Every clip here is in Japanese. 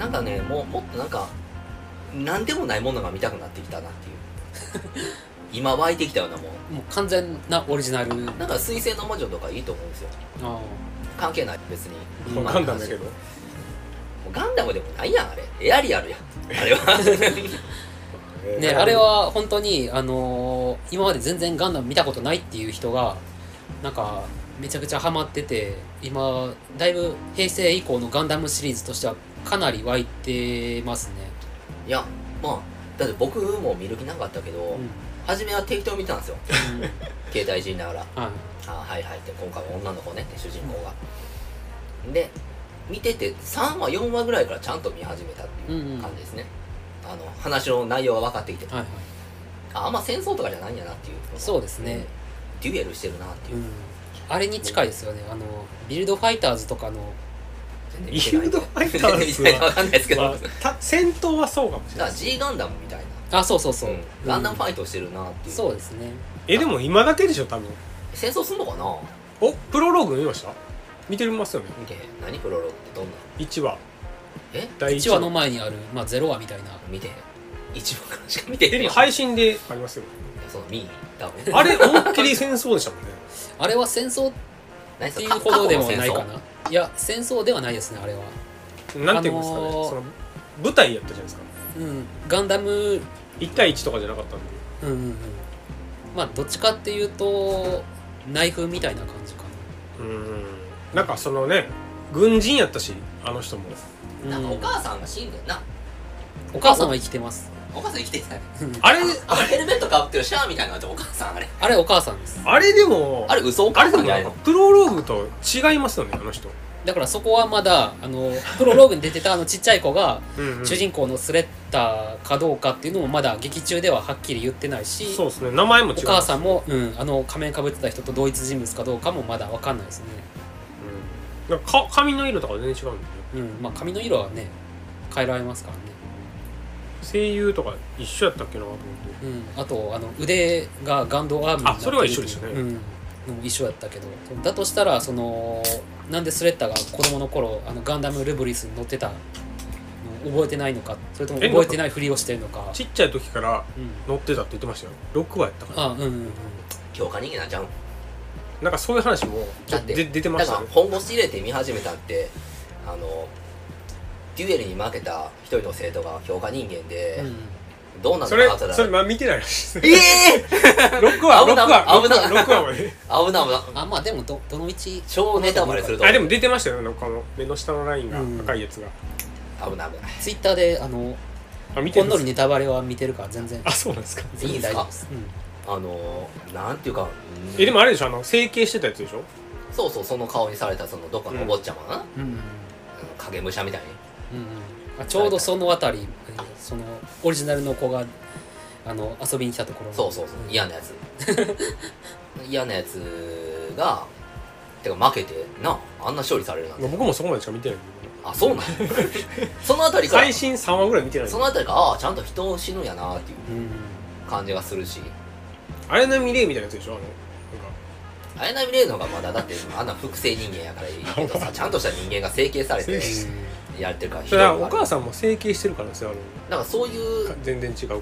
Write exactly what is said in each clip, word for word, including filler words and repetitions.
なんかねもうもっとなんかなんでもないものが見たくなってきたなっていう今湧いてきたようなもん。 もう完全なオリジナル。 なんか水星の魔女とかいいと思うんですよ。 あ関係ない別に、 もうガンダムだけど、 もうガンダムでもないやんあれ、エアリアルやんあれはあね、あれは本当にあのー、今まで全然ガンダム見たことないっていう人がなんかめちゃくちゃハマってて、今だいぶ平成以降のガンダムシリーズとしてはかなり湧いてますね。 いやまあだって僕も見る気なかったけど、うん、初めは適当に見たんですよ、うん、携帯いじりながら、はい、あはいはいって今回は女の子ねって主人公が、うん、で見ててさんわよんわぐらいからちゃんと見始めたっていう感じですね、うんうん、あの話の内容が分かってきて、はいはい、ああんま戦争とかじゃないんやなっていう。 そうですね、 デュエルしてるなっていう、うん、 あれに近いですよね。あのビルドファイターズとかのビルドファイターズは分かんないですけど、まあ、戦闘はそうかもしれない。 だから G ガンダムみたいな。 あ、そうそうそう、うん、 ガンダムファイトしてるなっていう、 そうですね。 えでも今だけでしょ多分。 戦争すんのかな。 おプロローグ見ました？見てますよね。 見てへん。何プロローグってどんな？ いちわ。 えだいいちわの前にある、まあ、ゼロわみたいな。 見てへん。いちわからしか見てへんよ。 配信でありますよ。 その見多分あれ思いっきり戦争でしたもんね。 あれは戦争っていうほどでもないかな。いや戦争ではないですねあれは。 なんていうんですかね、あのー、その舞台やったじゃないですか。 うん、ガンダムいち対いちとかじゃなかったんで、 うんうんうん、まあどっちかっていうと内紛みたいな感じかな。うん、なんかそのね軍人やったしあの人も、 なんかお母さんが死んでんな。 お母さんは生きてます。 お母さん生きてたよあれあのヘルメットかぶってるシャアみたいなのってお母さんあれあれお母さんです。 あれでもあれ嘘お母さんじゃないの。 プロローグと違いますよねあの人。 だからそこはまだあのプロローグに出てたあのちっちゃい子がうん、うん、 主人公のスレッタかどうかっていうのもまだ劇中でははっきり言ってないし、 そうですね、名前も違う。 お母さんも、うん、あの仮面かぶってた人と同一人物かどうかもまだ分かんないですね、 うん、なんか髪の色とか全然違うんだよね、 うんまあ、髪の色はね変えられますからね。 声優とか一緒やったっけなと思って、 うん、あとあの腕がガンドアームになってる。 あそれは一緒でしたね、 うん一緒やったけど、だとしたらそのなんでスレッタが子供の頃あのガンダムルブリスに乗ってたの覚えてないのか、それとも覚えてないふりをしてるのか。 ちっちゃい時から乗ってたって言ってましたよ、ろくわやったから。 あ、うんうんうん、 強化人間なんちゃう。 なんかそういう話もちょっと出てましたね。 だから本腰入れて見始めたってあのデュエルに負けた一人の生徒が強化人間で、うんどうなのかなそれそれまあ見てないらしいです。ええー、ろくわろくわ危ないろくわまで危ない危ない。 あまあでもどどの道超ネタバレするとあでも出てましたよなんかあの目の下のラインが赤いやつが、 うん、危ない危ない。 ツイッターであのあ見てほんのりネタバレは見てるから全然。 あそうなんですか。 いいですか。 うん、あのなんていうか、うん、 えでもあれでしょあの整形してたやつでしょ。 そうそうその顔にされたそのどっかのお坊ちゃまな、うんうん、影武者みたいに、 うんうん、ちょうどそのあたりそのオリジナルの子があの遊びに来たところのそうそうそう、うん、嫌なやつ嫌なやつがてか負けてなあんな勝利されるなんて。 僕もそこまでしか見てないんで。 あそうなのそのあたりから最新さんわぐらい見てない。 そのあたりからああちゃんと人を死ぬんやなっていう感じがするし、 あれなみれいみたいなやつでしょ。あのあれなみれいのがまだだってあんな複製人間やからいいけどさちゃんとした人間が整形されてやってるから。 それはお母さんも整形してるからですよ。 だからそういう全然違うから、うん、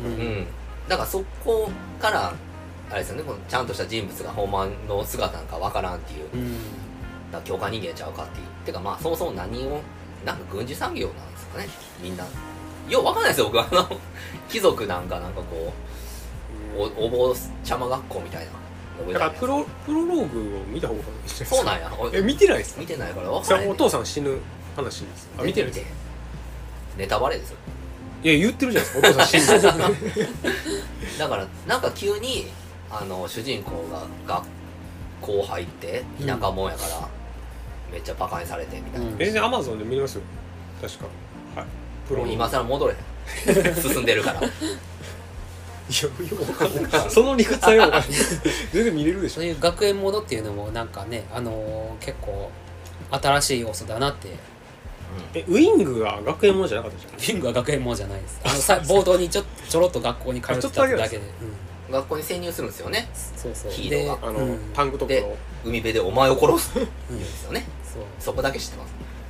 だからそこからあれですよね、このちゃんとした人物がほんまの姿なんかわからんっていう、うん、だから強化人間ちゃうかっていう。てかまあそもそも何をなんか軍需産業なんですかねみんな。ようわかんないですよ僕は。あの貴族なんかなんかこう、うん、お, お坊ちゃま学校みたいな。 だからプロプロローグを見た方がいいです。 そうなんや。 え見てないですか。 見てないから分からない、ね、 お父さん死ぬ話です。あ見てないです。 ネタバレですよ。 いや言ってるじゃないですかお父さん死ぬだからなんか急にあの主人公が学校入って田舎もんやから、うん、めっちゃバカにされてみたいな。 全然アマゾンで見れますよ確か。はいプロ今更戻れへん進んでるから。 いやよくわかんないその理屈はよくわかんない全然見れるでしょ。 そういう学園ものっていうのもなんかね、あのー、結構新しい要素だなって。 えウィングが学園ものじゃなかったじゃん。 ウィングは学園ものじゃないです。あのさ冒頭にちょちょろっと学校に通ってただけで、 うん、学校に潜入するんですよね。 そうそうヒーローがあの、うん、タンクトップの海辺でお前を殺すんですよね、うん、そうそこだけ知ってます。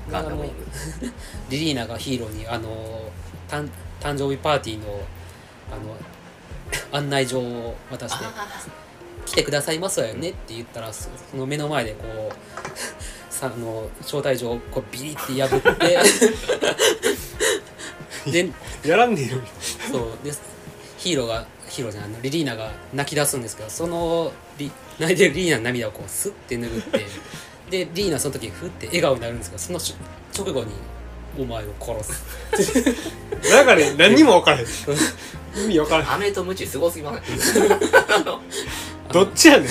ガンダムウィングリリーナがヒーローにあの誕生日パーティーのあの案内状を渡して来てくださいますわよねって言ったら、その目の前でこうさあの招待状をこうビリって破ってでやらんねえよそうでヒーローがヒーローじゃないリリーナが泣き出すんですけど、そのリ泣いてるリリーナの涙をこうスッて拭ってでリリーナその時ふって笑顔になるんですけど、その直後にお前を殺すなんかね何にも分からへん意味分からへん。 アメとムチすごすぎませんどっちやねん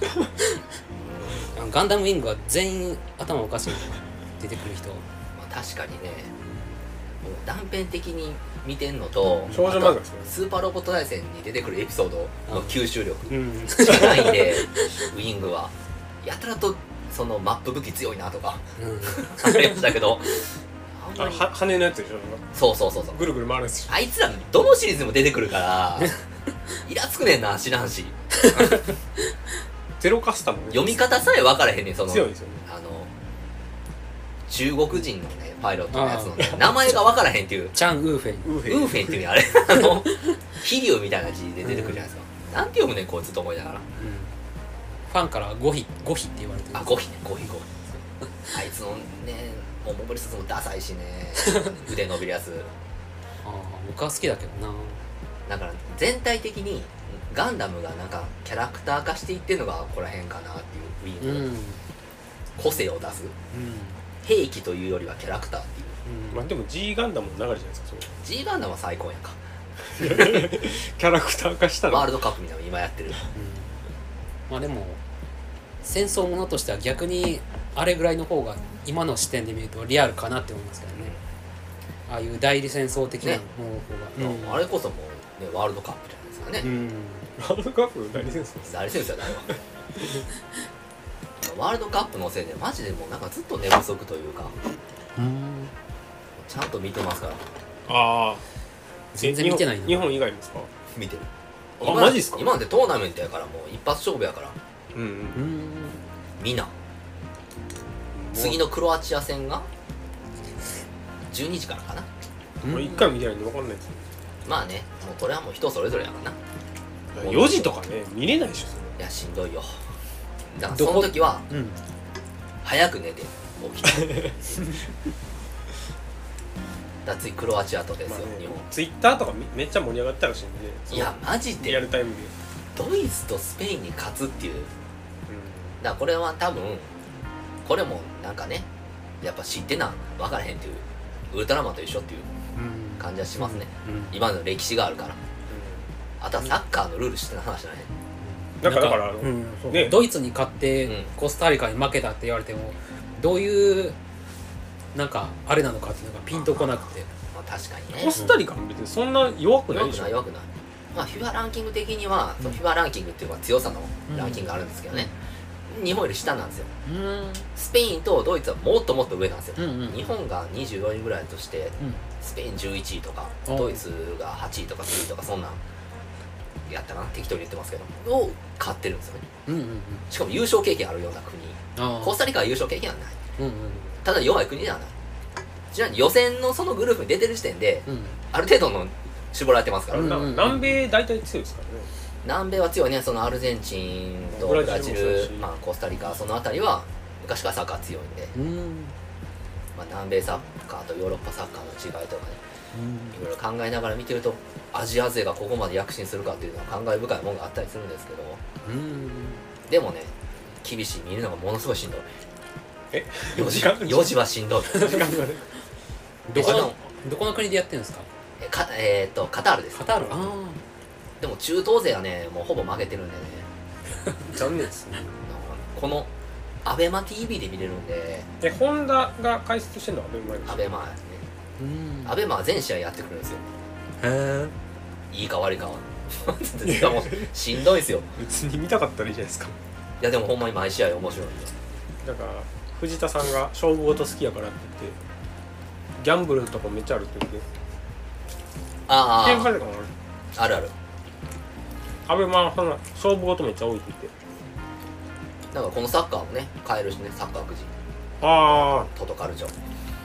あのガンダムウィングは全員頭おかしい出てくる人、 まあ確かにね、もう断片的に見てんのと、 少女漫画ですね。 スーパーロボット大戦に出てくるエピソードの吸収力うん近いんでウィングはやたらとそのマップ武器強いなとかうんありましたけど、あんまりあは羽のやつでしょ。 そうそうそうそう、 ぐるぐる回るやつでしょ。 あいつらどのシリーズでも出てくるからイラつくねんな、知らんしゼロカスタム読み方さえ分からへんねん、その強いですよね。 あの中国人のねパイロットのやつの、ね、名前が分からへんっていうチャン・ウーフェンウーフェウーフェンっていうね、あれあの飛竜みたいな字で出てくるじゃないですか、うん、なんて読むねんこいつと思いながら、うん、 ファンからゴヒゴヒって言われてる。 あゴヒねゴヒゴヒあいつのねもうモブリスもダサいしね腕伸びるやつああ僕は好きだけどな。 だから全体的にガンダムがなんかキャラクター化していってるのがここら辺かなっていうウィング、 うん、 個性を出す、 うん兵器というよりはキャラクターっていう、 うん、 まあでも G ガンダムの流れじゃないですか。それ G ガンダムは最高やんかキャラクター化したらワールドカップみたいなの今やってる、 うん、まあでも戦争ものとしては逆にあれぐらいの方が今の視点で見るとリアルかなって思いますけどね、ああいう代理戦争的なものの方が、 うん、あれこそもう、ね、ワールドカップじゃないですかね、 うん、 ワールドカップ何戦争ですか。 大先生はないわワールドカップのせいでマジでもうなんかずっと寝不足というか、 うん、 ちゃんと見てますから。 ああ全然見てないな。 日本以外ですか。 見てる。 あマジっすか。 今なんてトーナメントやからもう一発勝負やから、 うんうん、 みんな次のクロアチア戦がじゅうにじからかな。 俺一回見てないんで分かんないですよ。 まあね、もうこれはもう人それぞれやからな。 よじとかね見れないでしょそれ。 いやしんどいよ。だからその時は、うん、早く寝て起きてだ次クロアチアとですよ、まあね、日本ツイッターとかめっちゃ盛り上がったらしいんで、 いやマジでリアルタイムでドイツとスペインに勝つっていう、うん、だからこれは多分これもなんかねやっぱ知ってな分からへんっていうウルトラマンと一緒っていう感じはしますね、うんうん、今の歴史があるから、うん、あとはサッカーのルール知ってる話じゃない。 だからだから、うんね、ドイツに勝ってコスタリカに負けたって言われてもどういうなんかあれなのかっていうのがピンとこなくて、 まあ、確かにねコスタリカも別にそんな弱くないでしょ。 弱くない弱くない。まあフィファランキング的には、うん、そのフィファランキングっていうのは強さのランキングがあるんですけどね、うん、日本より下なんですよ、うん、スペインとドイツはもっともっと上なんですよ、うんうん、日本がにじゅうよにんぐらいとして、うん、スペインじゅういちいとかドイツがはちいとかきゅういとかそんなんやったかな適当に言ってますけどを勝ってるんですよね、うんうんうん、しかも優勝経験あるような国。コスタリカは優勝経験はない、うんうん、ただ弱い国ではない。ちなみに予選のそのグループに出てる時点で、うん、ある程度の絞られてますから、 うんうんうん、南米大体強いですからね。 南米は強いね。そのアルゼンチンとブラジル、まあ、コスタリカそのあたりは昔からサッカー強いんで、うんまあ、南米サッカーとヨーロッパサッカーの違いとかね、いろいろ考えながら見てるとアジア勢がここまで躍進するかっていうのは感慨深いものがあったりするんですけど、うんでもね厳しい。見るのがものすごいしんどい。 えよじよじはしんどいどこのどこの国でやってるんですか。 えかえー、っとカタールです。 カタール。あでも中東勢はねもうほぼ負けてるんでね残念ですね。 このアベマ ティービー で見れるんで。 えホンダが解説してるのはアベマですか。 アベマですね。うんアベマは全試合やってくるんですよ。 へえいいか悪いかはしかもしんどいですよ。 別に見たかったらいいじゃないですか。 いやでもほんまに毎試合面白いんで。 だから藤田さんが勝負事好きやからって言ってギャンブルとかめっちゃあるって言って。 ああゲーム会とかもあるある。 アベマはそんな勝負事めっちゃ多いって言って。 なんかこのサッカーもね買えるしね、サッカーくじ。 ああトトカルチョ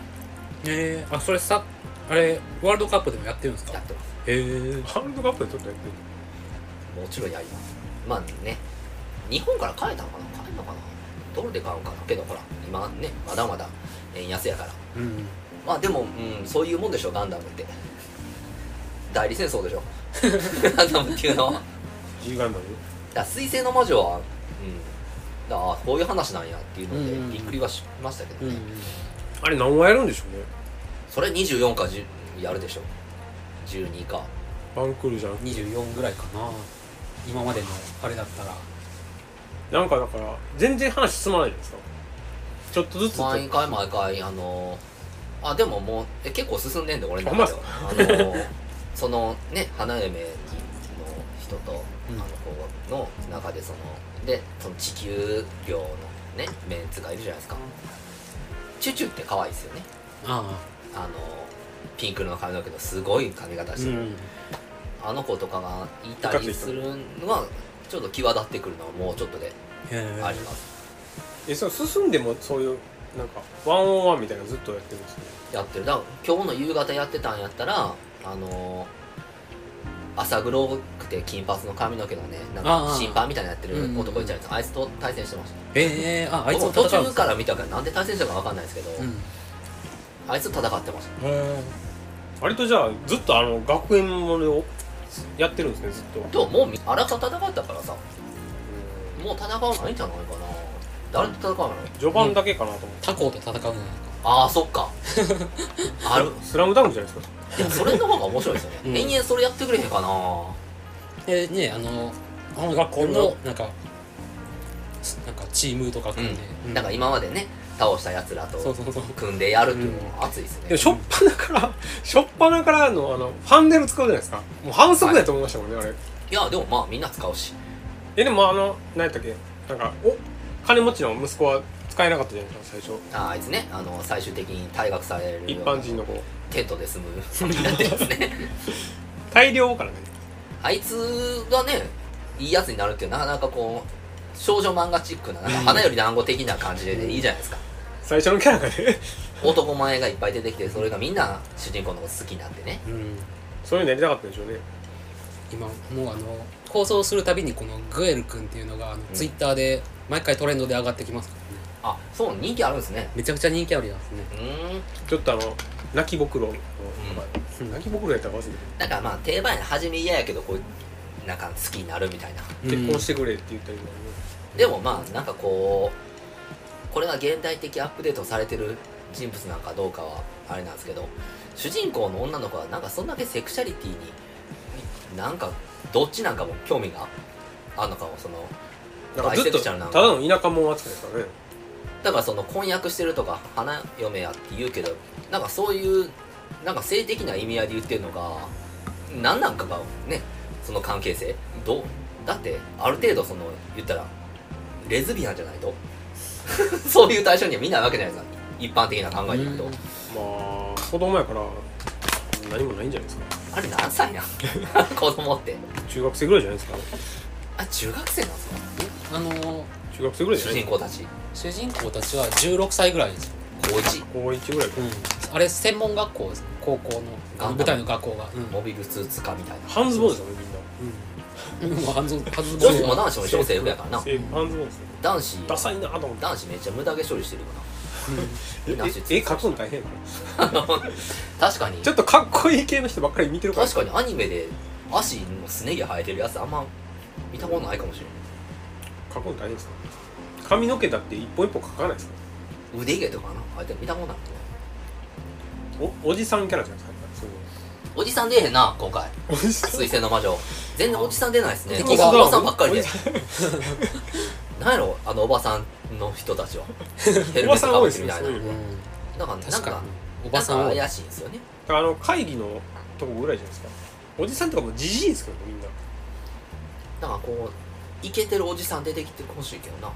えー、あそれさあれワールドカップでもやってるんですか？ やってます。 へえ。 ワールドカップでちょっとやってる。 もちろんやります。まあね、日本から買えたのかな、買えんのかな、ドルで買うんかな、けどほら今ねまだまだ円安やから、うん、まあでも、うん、そういうもんでしょガンダムって。代理戦争でしょガンダムっていうのは。 G ガンダムだ水星の魔女は、うん、だこういう話なんやっていうのでびっくりはしましたけどね、うんうん、 あれ何話やるんでしょうね。 それにじゅうよんかじゅうやるでしょ。じゅうにかバンクルじゃん。 にじゅうよんぐらいかな今までのあれだったら。 なんかだから全然話進まないじゃないですか。ちょっとずつ毎回毎回あのー、あでももうえ結構進んでんで俺の中では。あのー、そのね花嫁の人と、うん、あの子の中でそのでその地球寮のねメンツがいるじゃないですか。チュチュって可愛いですよね。あああのピンクの髪の毛のすごい髪型してる、うん、あの子とかがいたりするのはちょっと際立ってくるのはもうちょっとであります。 えそう進んでもそういうなんかワンオンワンみたいなのずっとやってるんですね。 やってる。だから今日の夕方やってたんやったらあのー、朝黒くて金髪の髪の毛のねなんか審判みたいなやってる男いちゃうんです。あいつと対戦してました。 えー、ああいつと途中から見たからなんで対戦したか分かんないですけど、うん、あいつと戦ってました。 へ割とじゃあずっとあの学園ものをやってるんですねずっと。 でももうあらか戦ったからさ、もう戦わないんじゃないかな。誰と戦うの？ 序盤だけかなと思って。 他校と戦うのか。 ああそっかあるスラムダンクじゃないですか。 いやそれの方が面白いですよね、うん、延々それやってくれへんかな。 えねあのあの学校のなんかなんかチームとか組んで、 うん、だから今までね倒したやつらと組んでやるっていうのは熱いですね。 でもしょっぱなからしょっぱなからのあのファンネル使うじゃないですか。もう反則だと思いましたもんね、はい、あれ。 いやでもまあみんな使うし。 えでもあの何やったっけなんかお金持ちの息子は使えなかったじゃないですか最初。 ああいつねあの最終的に退学される一般人の子テントで住むになってますね大量からね。 あいつがねいいやつになるっていうなかなかこう少女漫画チックななんか花より団子的な感じで、ね、いいじゃないですか。 最初のキャラがね男前がいっぱい出てきてそれがみんな主人公のこと好きになってね、うん、 そういうのやりたかったんでしょうね。 今もうあの放送するたびにこのグエル君っていうのがあの、うん、ツイッターで毎回トレンドで上がってきますからね。あそう人気あるんですね。 めちゃくちゃ人気あるやつね。 うんちょっとあの泣きぼくろの、うん、泣きぼくろやったら忘れてる。 だからまあ定番や初め嫌やけどこうなんか好きになるみたいな、 うん、結婚してくれって言ったりとかね。 でもまあなんかこうこれが現代的アップデートされてる人物なんかどうかはあれなんですけど主人公の女の子はなんかそんだけセクシャリティになんかどっちなんかも興味があるのかも。そのなんかずっとただの田舎者扱いですからね。 だからその婚約してるとか花嫁やって言うけどなんかそういうなんか性的な意味合いで言ってるのが何なんかがねその関係性どうだってある程度その言ったらレズビアンじゃないとそういう対象には見ないわけじゃないですか一般的な考えで言うと。まあ子供やから何もないんじゃないですか。 あれ何歳なん子供って中学生ぐらいじゃないですか。 あ中学生なんですか。 あのー、 中学生ぐらいじゃない主人公たち主人公たちはじゅうろくさいぐらいですよ。 高一高一ぐらいか、うん、 あれ専門学校ですね。高校の舞台の学校が、 うん、モビルスーツ科みたいな半ズボンですよねみんな、うん、もう半ズボン女子も男子も一緒制服やからな。 半ズボンですよ。 男子ダサいなと思って。 男子めっちゃ無駄毛処理してるよな、うん、え絵描くの大変やから確かにちょっとかっこいい系の人ばっかり見てるから。 確かにアニメで足のすね毛生えてるやつあんま見たことないかもしれない。 描くの大変ですか。髪の毛だって一本一本描かないですか。 腕毛とかなあれ見たことないお, おじさんキャラじゃないですか。そういうおじさん出えへんな今回水星の魔女全然おじさん出ないですね。 敵がおばさんばっかりでなんやろあのおばさんの人たちはヘルメットかぶってみたいな。だからなんかおばさん怪しいんですよね。 あの会議のとこぐらいじゃないですか。おじさんとかもじじいですけどみんな。 なんかこうイケてるおじさん出てきてほしいけどな。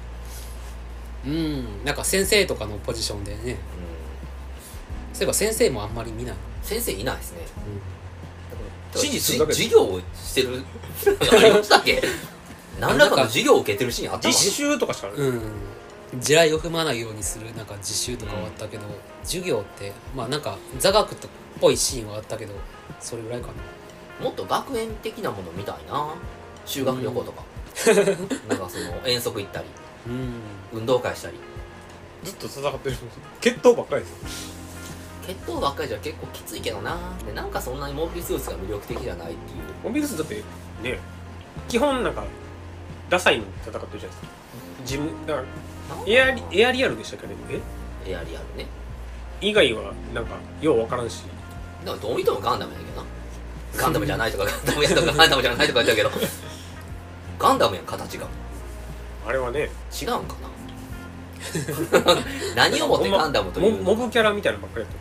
うんなんか先生とかのポジションでね、うん、そういえば先生もあんまり見ない。 先生いないですね、 うん、指示するだけ授業をしてるありましたっけ何らかの授業を受けてるシーンあったの。 実習とかしかある、 うん、 地雷を踏まないようにするなんか実習とかはあったけど、うん、授業ってまあなんか座学っぽいシーンはあったけどそれぐらいかな。 もっと学園的なものみたいな、修学旅行とか、うん、なんかその遠足行ったり、うん、運動会したりずっと戦ってる決闘ばっかりですよ。 決闘ばっかりじゃ結構きついけどな。でなんかそんなにモビルスーツが魅力的じゃないっていう。 モビルスーツだってね基本なんかダサいの戦ってるじゃないですか。自分だからエアリエアリアルでしたっけね。 えエアリアルね以外はなんかようわからんし、 だからどう見てもガンダムやけどな。ガンダムじゃないとかガンダムやとかガンダムじゃないとか言ったけどガンダムやん形が。 あれはね違うんかな何をもってガンダムというモブキャラみたいなのばっかりやった。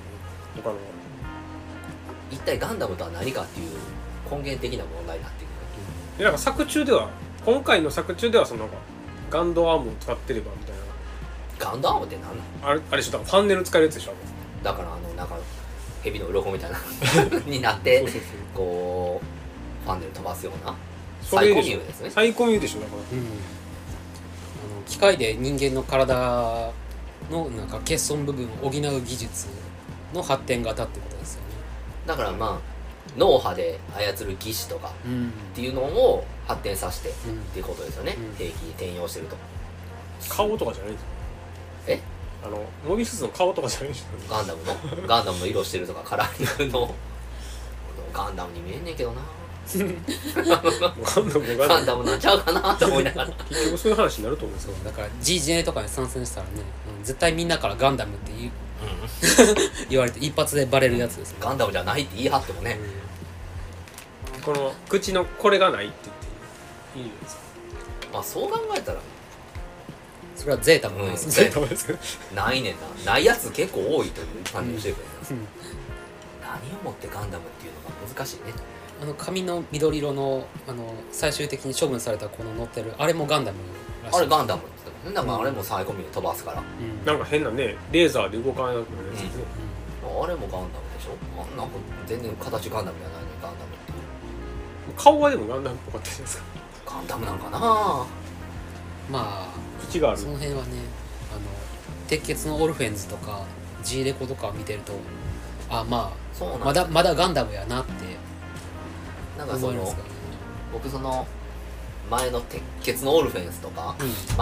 他の一体ガンダムとは何かっていう根源的な問題になっていくる。なんか作中では今回の作中ではそのなんかガンドアームを使ってればみたいな。 ガンドアームって何なの？ あれあれでしょ、だからファンネル使えるやつでしょ。 だからあのなんか蛇の鱗みたいなになってそうそうそうこうファンネル飛ばすようなサイコミューですね。 サイコミューでしょだから、うん、あの機械で人間の体のなんか欠損部分を補う技術の発展型ってことですよね。 だからまあ脳波で操る技師とかっていうのを発展させてっていうことですよね、うん、兵器に転用してると。 顔とかじゃないんですか？ えあのモビルスーツの顔とかじゃないんですか？ ガンダムのガンダムの色してるとかカラーリングのガンダムに見えんねんけどなガンダムガンダムなんちゃうかなと思いながら結局そういう話になると思うんですよ。 だから ジージェー とかに参戦したらね、うん、絶対みんなからガンダムって言う、うん、言われて一発でバレるやつです、ね、 ガンダムじゃないって言い張ってもね、 うん、この口のこれがないって言っていいんですか？ まあそう考えたらそれはゼータもないですね、 ゼータもですねないねんな。ないやつ結構多いという感じをしてるけど、うん、何をもってガンダムっていうのが難しいね。 あの髪の緑色のあの最終的に処分されたこの乗ってるあれもガンダムらしい。あれガンダムって言ってもなんかあれもサイコミュー飛ばすから、 うん、なんか変なねレーザーで動かなくなるやつですね、 うんうん、あれもガンダムでしょ。あなんか全然形ガンダムじゃないのにガンダムっていう顔はでもガンダムっぽかったじゃないですか。 ガンダムなんかな。 まあ口がある。 その辺はねあの鉄血のオルフェンズとか G レコとかを見てるとあまあそうまだまだガンダムやなってなんかその、ね、僕その前の鉄血のオルフェンスとか、うん、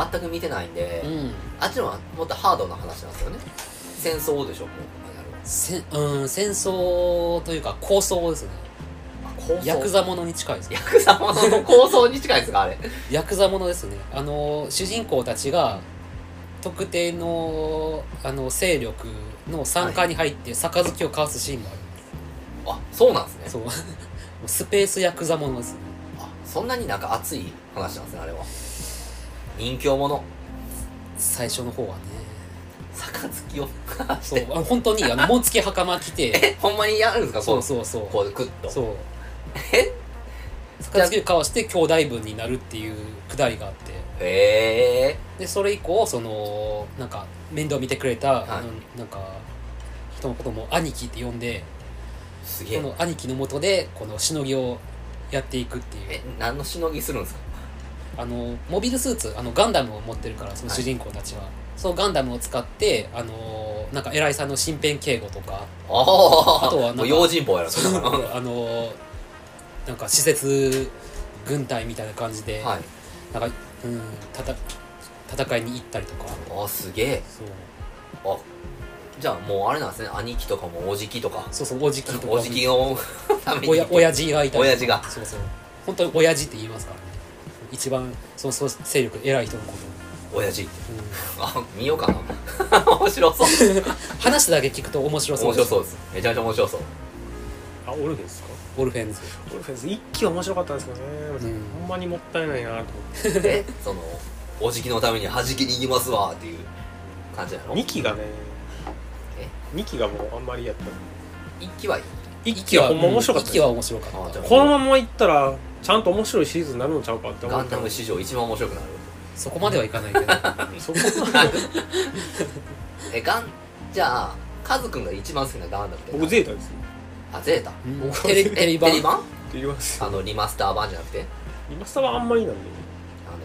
全く見てないんで、うん、あっちのはもっとハードな話なんですよね。戦争でしょもうせ、うん、戦争というか構想ですね。ヤクザものに近いです。 ヤクザものの構想に近いですかあれ。 ヤクザものですね。あの主人公たちが特定のあの勢力の傘下に入って杯を交わすシーンがあるんです。 はい、あ、そうなんですね。 そうスペースヤクザものですね。 あ、そんなになんか熱い話なんですねあれは。人気者。 最初の方はね。 杯をそうあ本当にあの紋付き袴着てえほんまにやるんですか？ そうそうそうこうクッとそうえ杯を交わして兄弟分になるっていうくだりがあって、 へえ。 でそれ以降そのなんか面倒見てくれた、はい、あのなんか人のことも兄貴って呼んで、 すげえ。 この兄貴の下でこのしのぎをやっていくっていう。 え何のしのぎするんですか？ あのモビルスーツあのガンダムを持ってるからその主人公たちは、はい、そのガンダムを使ってあのなんか偉いさんの身辺警護とか、 ああとはなんか用心棒やろあのなんか施設軍隊みたいな感じで、はい、なんか、うん、たた戦いに行ったりとか。 あすげえ。そうあじゃあもうあれなんですね、兄貴とかもおじきとか。 そうそうおじきとかおじきのためにおや親父がいたり親父がそうそう本当に親父って言いますからね。一番その勢力偉い人のこと親父、うん、あ見ようかな面白そう話だけ聞くと面白そう面白そうです。めちゃめちゃ面白そう。 あオルフェンズですか？ オルフェンズオルフェンズ一期は面白かったんですけどね、うん、ほんまにもったいないなと思ってえそのおじきのために弾きに行きますわっていう感じなの？ にきがねえにきがもうあんまりやったいっきはいいいっきはほんま面白かった。 いっきは面白かった。 このままいったらちゃんと面白いシリーズになるのちゃうかって思った。 ガンダム史上一番面白くなる。 そこまではいかないけどそこまでえガンじゃあカズくんが一番好きなガンダムって僕ゼータですよ。 あゼータ、 うん、テレビ版テレビ版テレビ版あのリマスター版じゃなくてリマスターはあんまりなんであ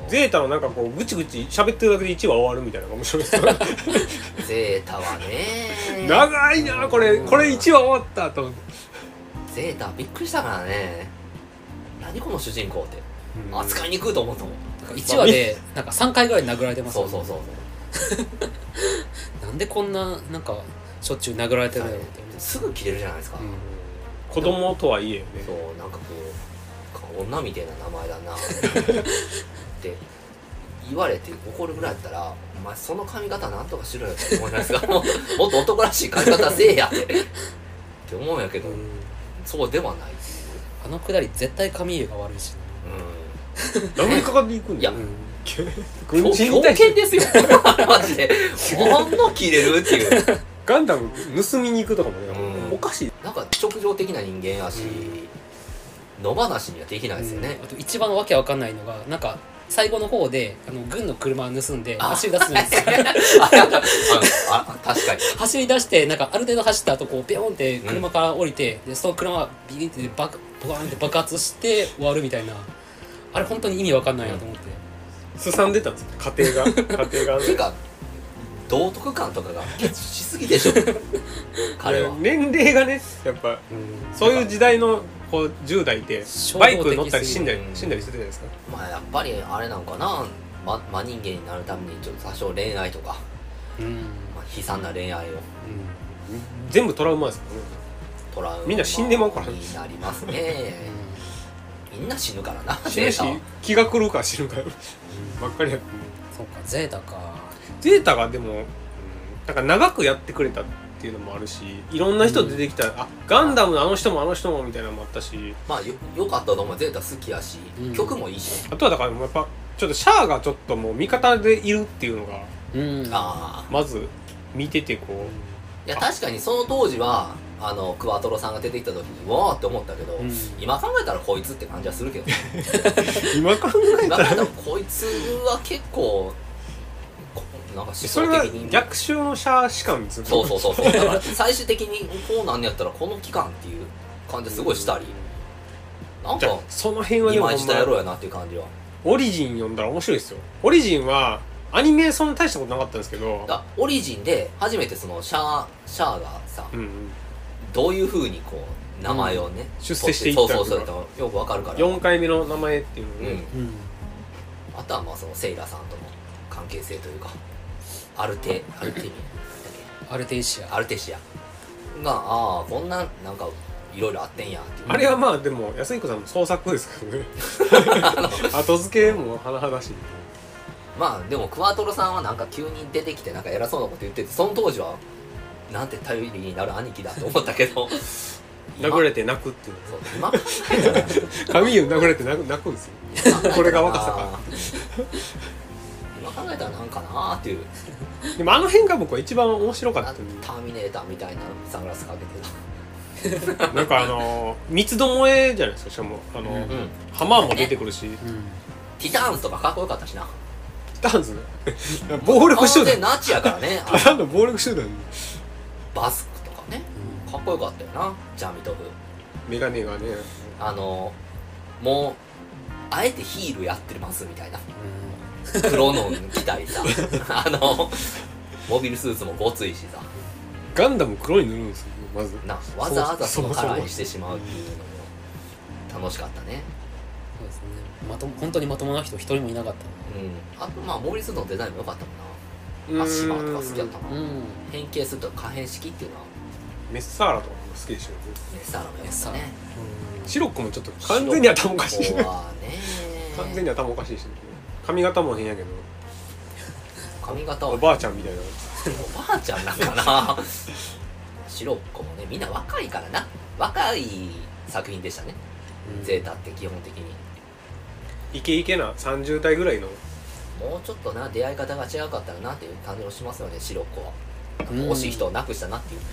ゼータのなんかこうぐちぐち喋ってるだけでいちわ終わるみたいなのが面白いですゼータはね長いなこれこれいちわ終わったと思って。 ゼータびっくりしたからね、何この主人公って、うん、扱いにくいと思ったもん。 いちわでなんかさんかいぐらい殴られてますもん、ね、そうそうそうなんでこんななんかしょっちゅう殴られてるのって、 すぐ切れるじゃないですか、うん、 子供とはいえね。 そうなんかこう女みたいな名前だなって言われて怒るぐらいだったら、お前その髪型なんとかしろよって思いますがもっと男らしい髪型せえやってって思うんやけど、うん、そうではないっていう。 あのくだり絶対髪入れが悪いし、 うん、 何にかかっていくんだよ。いや軍人みたい強肩ですよマジでこんな切れるっていうガンダム盗みに行くとかもね、うん、おかしい。 なんか直情的な人間やし、うん、野放しにはできないですよね、 うん、あと一番わけわかんないのがなんか最後の方であの軍の車を盗んで走り出すんですよああ確かに走り出してなんかある程度走った後こうピョンって車から降りて、うん、でその車がビリって爆バーンって爆発して終わるみたいな、あれ本当に意味わかんないなと思って、 すさんでたんですか家庭が家庭がてか道徳感とかがしすぎでしょ彼は年齢がねやっぱ、うん、そういう時代のこうじゅう代でバイク乗ったり死んだり死んだりしてたじゃないですか。 まあやっぱりあれなのかな、ま、真人間になるためにちょっと多少恋愛とか、うんまあ、悲惨な恋愛を、うん、 全部トラウマですからね。 トラウマみんな死んでまうからになりますねみんな死ぬからな。 死ぬし気が狂うから死ぬからばっかりやって。 そうかゼータか。 ゼータがでも、うん、なんか長くやってくれたっていうのもあるし、いろんな人出てきた、うん、あガンダムのあの人もあの人もみたいなのもあったし、 まあ よ, よかったと思う。ゼータ好きやし、うん、曲もいいし、 あとはだからやっぱちょっとシャアがちょっともう味方でいるっていうのが、 うん、 まず見ててこう、 いや確かにその当時はあのクワトロさんが出てきた時にわーって思ったけど、うん、今考えたらこいつって感じはするけど今考えたら今考えたらこいつは結構なんか思想的にそれが逆襲のシャア士官ですよね。 そうそうそうそうだから最終的にこうなんやったらこの期間っていう感じすごいしたり、なんかその辺は今一た野郎やなっていう感じは。 オリジン読んだら面白いですよ。オリジンはアニメそんな大したことなかったんですけど、 だオリジンで初めてそのシャアシャアがさ、うんうん、どういう風にこう名前をね、 うん、出世していったのか、 そうそうそうよくわかるから。 よんかいめの名前っていうのね、 うんうん、あとはまあそのセイラさんとの関係性というか、アルテアルテミアルテイシアアルテシアがああこんななんかいろいろあってんやっていう。 あれはまあでも安彦さんの創作ですからね後付けも甚だしい。 まあでもクワトロさんはなんか急に出てきてなんか偉そうなこと言ってて、その当時はなんて頼りになる兄貴だと思ったけど殴れて泣くっていう。 そう今考えたら髪を殴れて泣く泣くんですよこれが若さか今考えたらなんかなーっていう。 でもあの辺が僕は一番面白かった。 ターミネーターみたいなサングラスかけてたなんかあの三つどもえじゃないですか。しかもあの、うん、ハマーも出てくるし、うん、 ティターンズとかかっこよかったしな。 ティターンズ暴力集団ナチやからねただの暴力集団。 バスクとかね、うん、かっこよかったよな。ジャミトフメガネがね、 あのもうあえてヒールやってますみたいな、うん、黒の着たりさあのモビルスーツもごついしさ、 ガンダム黒に塗るんですよまずな。わざわざそのカラーにしてしまうっていうのも楽しかったね。 そうですね。まと本当にまともな人一人もいなかった。 うん。あとまあモビルスーツのデザインも良かったもんな。アッシマーとか好きだったな。うん。変形すると可変式っていうのはメッサーラとかも好きでしたよね。 メッサーラもやったね。 シロッコもちょっと完全に頭おかしい。 シロッコはね完全に頭おかしいし、ね、髪型も変やけど。 髪型はおばあちゃんみたいな。 おばあちゃんなんかなシロッコもねみんな若いからな。若い作品でしたね、うん、ゼータって基本的にイケイケなさんじゅう代ぐらいの。 もうちょっとな出会い方が違うかったらなっていう感じをしますよね。シロッコは惜しい人を亡くしたなっていう。うん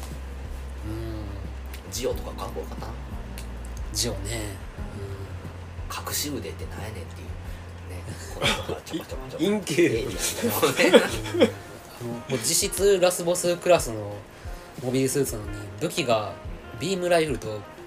ジオとかかっこよかったな。 ジオね、 うん、隠し腕ってなんやねんっていうね。この人からちょこちょこちょこ陰形でもう実質ラスボスクラスのモビルスーツなのに武器がビームライフルと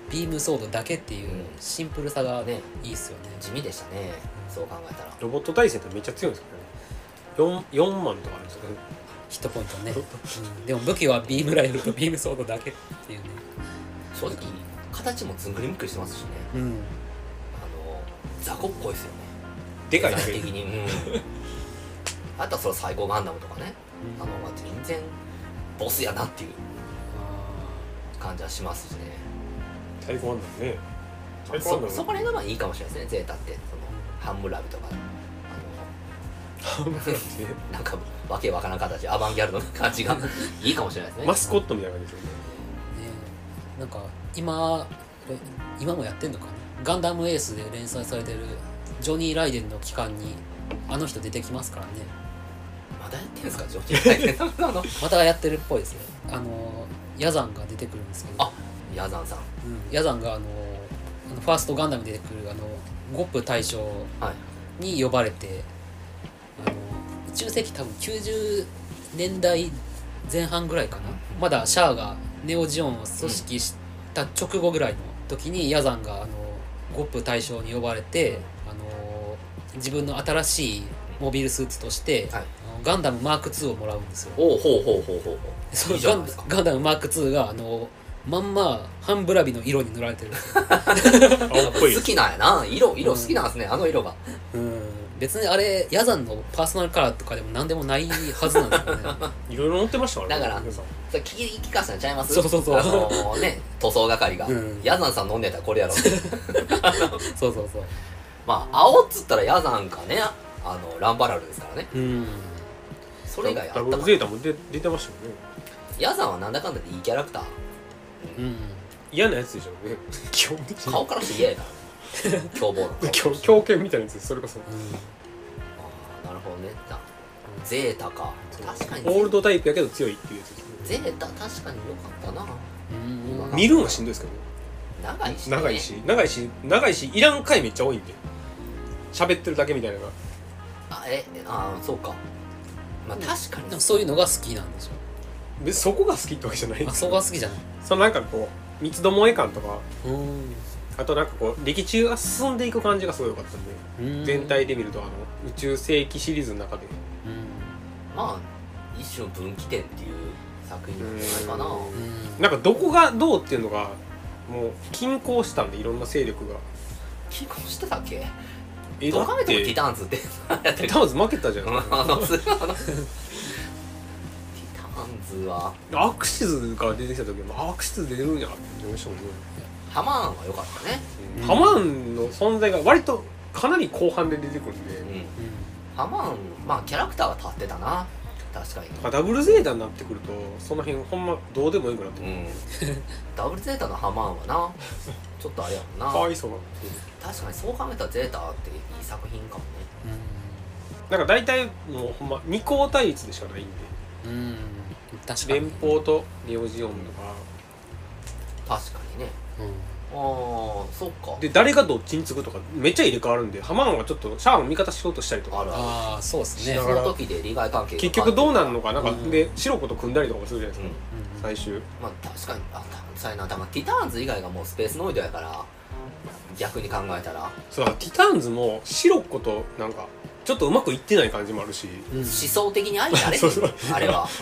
ビームソードだけっていうシンプルさがね、いいっすよね。 地味でしたね、そう考えたら。 ロボット対戦ってめっちゃ強いんですけどね、 4, 4万とかあるんですよね、 ヒットポイントね、うん、でも武器はビームライフルとビームソードだけっていうね。 正直形もずんぐりむっくりしてますしね、うん、あの雑魚っぽいですよね、 でかいデザイン的に、うん、あとはその最高ガンダムとかね、うん、あのまあ、全然ボスやなっていう感じはしますしね。 最高ガンダムね、 まあ、そ, そこら辺がまあいいかもしれないですね、ゼータってそのハンムラブとかあのなんかわけわからん形、アバンギャルドな感じがいいかもしれないですね。 マスコットみたいな感じですよね。 なんか今今もやってんのかな、ガンダムエースで連載されてるジョニー・ライデンの期間にあの人出てきますからね。 まだやってるんですか、ジョニー・ライデンまたやってるっぽいですね。あのヤザンが出てくるんですけど、 あ、ヤザンさん、うん、 ヤザンがあのあのファーストガンダムに出てくるあのゴップ大将に呼ばれて、はい、あの宇宙世紀多分きゅうじゅうねんだいぜん半ぐらいかな、まだシャアがネオジオンを組織した直後ぐらいの時に、ヤザンがあのゴップ大将に呼ばれて、あの自分の新しいモビルスーツとして、はい、ガンダムマークツーをもらうんですよ。 おうほうほうほうほうほう。 そのガン、ガンダムマークツーがあのまんまハンブラビの色に塗られてる好きなんやな、色色好きなんですね、うん、あの色が。 うん、別にあれヤザンのパーソナルカラーとかでも何でもないはずなんですよね。 いろいろ載ってましたからね。だからそれ聞き聞かせたんちゃいます？ そうそうそう、 あのー、ね、塗装係が、うん、ヤザンさん飲んでたらこれやろってそうそうそう。 まあ青っつったらヤザンかね、あのランバラルですからね。うん、それ以外あったかな。 ダブルゼータも出てましたよね。 ヤザンはなんだかんだでいいキャラクター、 うん、嫌なやつでしょうね、基本的に。 顔からして嫌やからね凶暴な顔、狂犬みたいなやつです、それこそ、うん、 ああ、なるほどね。ゼータか、確かにオールドタイプやけど強いっていうやつですね。 ゼータ確かに良かったな。 うん、見るのはしんどいですけどね、 長いし、 ね、長いし長いし長いしいらん回めっちゃ多いんで、喋ってるだけみたいなのが。 あえあそうか、まあ確かにでもそういうのが好きなんでしょ。 別にそこが好きってわけじゃないんですよ。あ、そこが好きじゃない。 そのなんかこう三つどもえ感とか、うん、あとなんかこう歴史が進んでいく感じがすごい良かったんで、うん、全体で見るとあの宇宙世紀シリーズの中で、 うん、まあ一種の分岐点っていう作品なんじゃないかな。うん、 なんかどこがどうっていうのがもう均衡したんで、いろんな勢力が均衡してたっけ。えどう考えてもティターンズってティターンズ負けたじゃん。あのはアクシズが出てきた時もアクシズ出るんやって思いましたもんね。 ハマーンは良かったね、 うん、ハマーンの存在が割とかなり後半で出てくるんで、うんうん、 ハマーン、まあキャラクターは立ってたな、確かに。 ダブルゼータになってくるとその辺ほんまどうでもいいくなってくる、うん、 ダブルゼータのハマーンはなちょっとあれやもんな、 かわいそうな。 確かにそう考えたらゼータっていい作品かもね、 うん、なんか大体もうほんま二項対立でしかないんで、うん、確かに連邦とネオジオンとか、確かにね、うん、ああそっか。 で誰がどっちにつくとかめっちゃ入れ替わるんで、ハマーンはちょっとシャアの味方しようとしたりとか、 ああそうですね、 その時で利害関係結局どうなるのかなんか、うん、で白子と組んだりとかもするじゃないですか、うん、最終。 まあ確かにあさいな、だからティターンズ以外がもうスペースノイドやから逆に考えたら、 そうティターンズも白子となんかちょっとうまくいってない感じもあるし、 うん、思想的に相なれへんあれは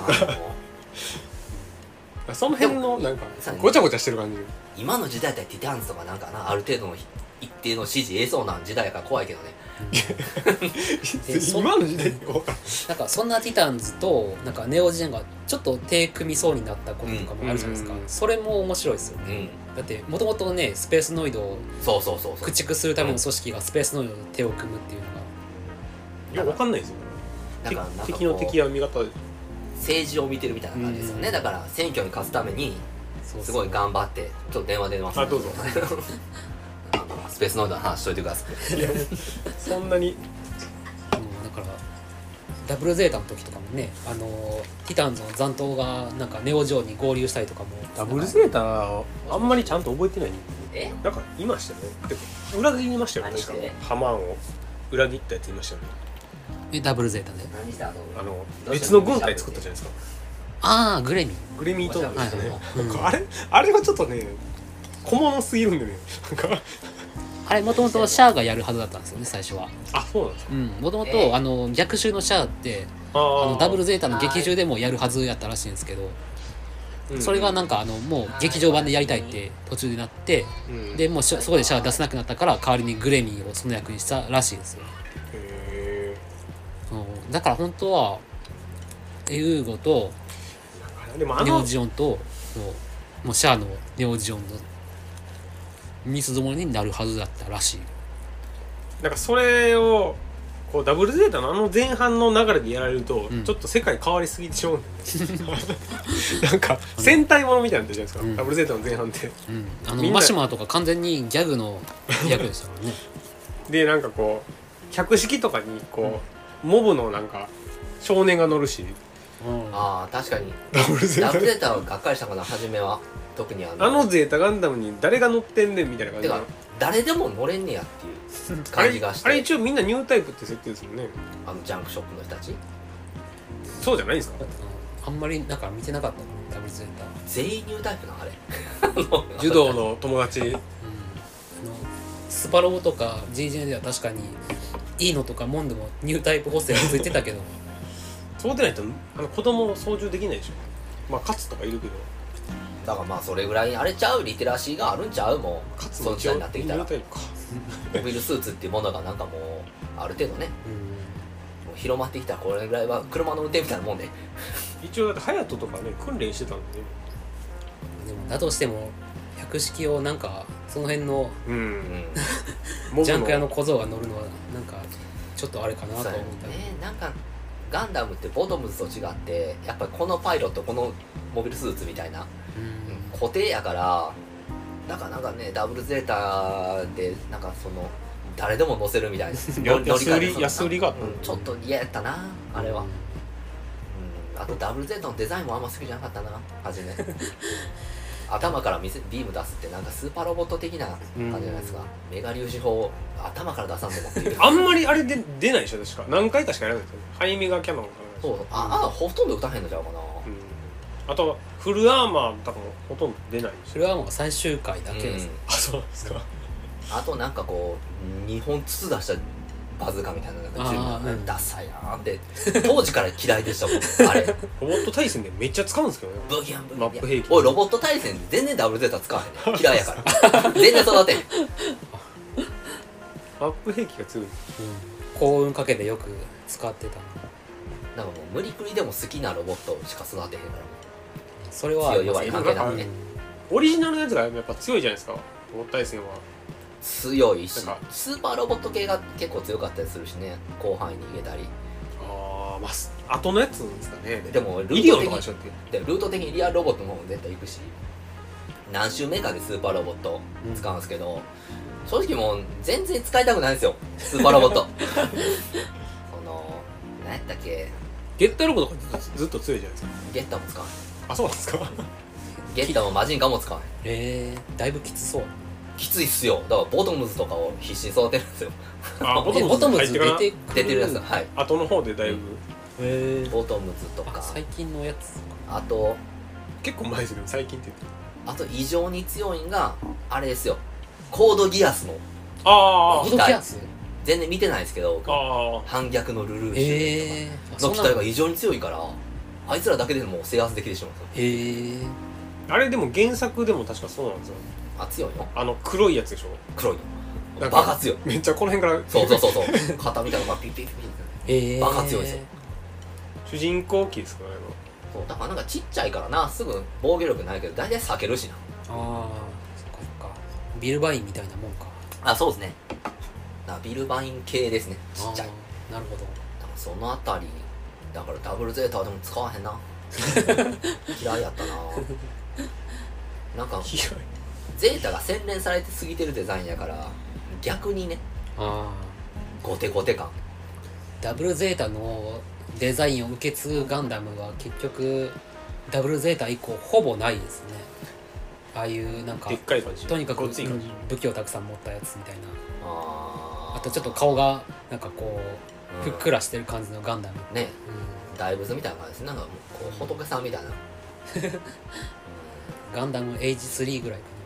あその辺のなんかごちゃごちゃしてる感じ。 今の時代だったらティターンズとかなんかな、ある程度の一定の支持得そうな時代やから怖いけどね、 うん、今の時代なんかそんなティターンズとなんかネオジェンがちょっと手組みそうになったこととかもあるじゃないですか、うんうんうん、それも面白いですよね、うん、だってもともとねスペースノイドを駆逐するための組織がスペースノイドと手を組むっていうのが、 いや分かんないですよね。なんかなんか敵の敵は味方、 政治を見てるみたいな感じですよね、うん、だから選挙に勝つためにすごい頑張って、ちょっと電話出ます、ね、 あどうぞあのスペースノイドの話しといてください。いやそんなに、 うん、だからダブルゼータの時とかもね、あのティターンズの残党がなんかネオジオに合流したりとかも、 ダブルゼータあんまりちゃんと覚えてない。えなんかいましたね。で裏切りましたよね、確かハマーンを裏切ったやついましたよね。 えダブルゼータであの別の軍隊作ったじゃないですか。 ああグレミグレミーとなんですね、はいはい、あれあれはちょっとね小物すぎるんでねなんかあれもともとシャアがやるはずだったんですよね最初は。 あそうなんですか。 もともとあの逆襲のシャアってあのダブルゼータの劇中でもやるはずやったらしいんですけど、それがなんかあのもう劇場版でやりたいって途中でなって、うん、でもうそこでシャア出せなくなったから代わりにグレミーをその役にしたらしいですよ。へー。だから本当はエウーゴとネオジオンともう、もうシャアのネオジオンの三つどもになるはずだったらしい。 なんかそれをこうダブルゼータのあの前半の流れでやられると、うん、ちょっと世界変わりすぎてしまうんなんか戦隊ものみたいになってるじゃないですか、うん、ダブルゼータの前半って、うん、 あのマシュマーとか完全にギャグの役でしたからねでなんかこう客席とかにこう、うん、モブのなんか少年が乗るし、 うん、ああ確かにダブルゼータはがっかりしたかな初めは。特にあのあのゼータガンダムに誰が乗ってんねんみたいな感じで誰でも乗れんねやっていう感じがしてあれ、あれ一応みんなニュータイプって設定ですもんね。 あのジャンクショップの人たちそうじゃないんですか。 あんまりなんか見てなかったダブルゼータ全員ニュータイプなあれ柔道の友達、うん、あのスパロボとか ジージェー では確かにいいのとかモンでもニュータイプ補正がついてたけどそうでないとあの子供を操縦できないでしょ。まあ勝つとかいるけどだからまあそれぐらいあれちゃうリテラシーがあるんちゃうもうその時代になってきたらモビルスーツっていうものがなんかもうある程度ね、うん、もう広まってきたらこれぐらいは車の運転みたいなもんで一応だって隼人とかね訓練してたんで、ね、 でもだとしても百式をなんかその辺の、うんうん、ジャンク屋の小僧が乗るのはなんかちょっとあれかなと思ったね。 なんかガンダムってボトムズと違ってやっぱりこのパイロットこのモビルスーツみたいな、うん、固定やからなんかなんかねダブルゼータでなんかその誰でも乗せるみたいな安売り安売りが、うん、 ちょっと嫌やったなあれは、うん、あとダブルゼータのデザインもあんま好きじゃなかったな初め頭からビーム出すってなんかスーパーロボット的な感じじゃないですか、うん、メガ粒子砲頭から出さんでもっていうあんまりあれで出ないでしょ確か何回かしかやらないですよね。ハイメガキャノンかな。そうああほとんど撃たへんのちゃうかな、うん、 あとフルアーマー多分ほとんど出ないフルアーマーが最終回だけです、うん、 あそうなんですか。 あとなんかこうにほん筒出したバズーカみたいななんか銃がダサいなーって当時から嫌いでしたもんあれロボット対戦でめっちゃ使うんですけどねブギャンブギャンマップ兵器おいロボット対戦全然ダブルゼータ使わへんね嫌いやから全然育てんマップ兵器が強い、うん、 幸運かけでよく使ってたなんかもう無理くりでも好きなロボットしか育てへんからそれは強い弱い関係なくね、 オリジナルのやつがやっぱ強いじゃないですかロボット対戦は強いしスーパーロボット系が結構強かったりするしね広範囲に逃げたりああまあ後のやつですかね。 でもルート的にでルート的にリアルロボットの方も絶対行くし何周目かでスーパーロボット使うんですけど、うん、正直もう全然使いたくないんですよスーパーロボットその何やったっけゲッターロボとかずっと強いじゃないですか。 ゲッターも使わない。 あそうなんですかゲッターもマジンガも使わない。 えー、だいぶきつそうきついっすよ。だからボトムズとかを必死に育てるんですよあボトムズ出て出てるやつはい後の方でだいぶ、 うん、へボトムズとか最近のやつあと結構前ですけど最近って言ってあと異常に強いんがあれですよコードギアスのああコードギアス全然見てないですけどあ反逆のルルーシュの機体が異常に強いからあいつらだけでも制圧できてしまうんですよ。 へえあれでも原作でも確かそうなんですよ。 あ強いのあの黒いやつでしょ。 黒いのバカ強いめっちゃこの辺からそうそうそうそう肩みたいなのがピッピッピッピッバカ強いですよ。 主人公機ですかね。 そうだからなんかちっちゃいからなすぐ防御力ないけど大体避けるしな。 ああそっかそっかビルバインみたいなもんか。 あそうですねだビルバイン系ですねちっちゃい。 なるほど。 だからそのあたりだからダブルゼータでも使わへんな嫌いやったななんかゼータが洗練されて過ぎてるデザインやから逆にねあゴテゴテ感ダブルゼータのデザインを受け継ぐガンダムは結局ダブルゼータ以降ほぼないですね。ああいうなんかでっかい感じとにかく武器をたくさん持ったやつみたいな あ, あとちょっと顔がなんかこうふっくらしてる感じのガンダムね、うん、大仏みたいな感じです。なんかこう仏さんみたいな、うん、 ガンダムエイジスリーぐらいか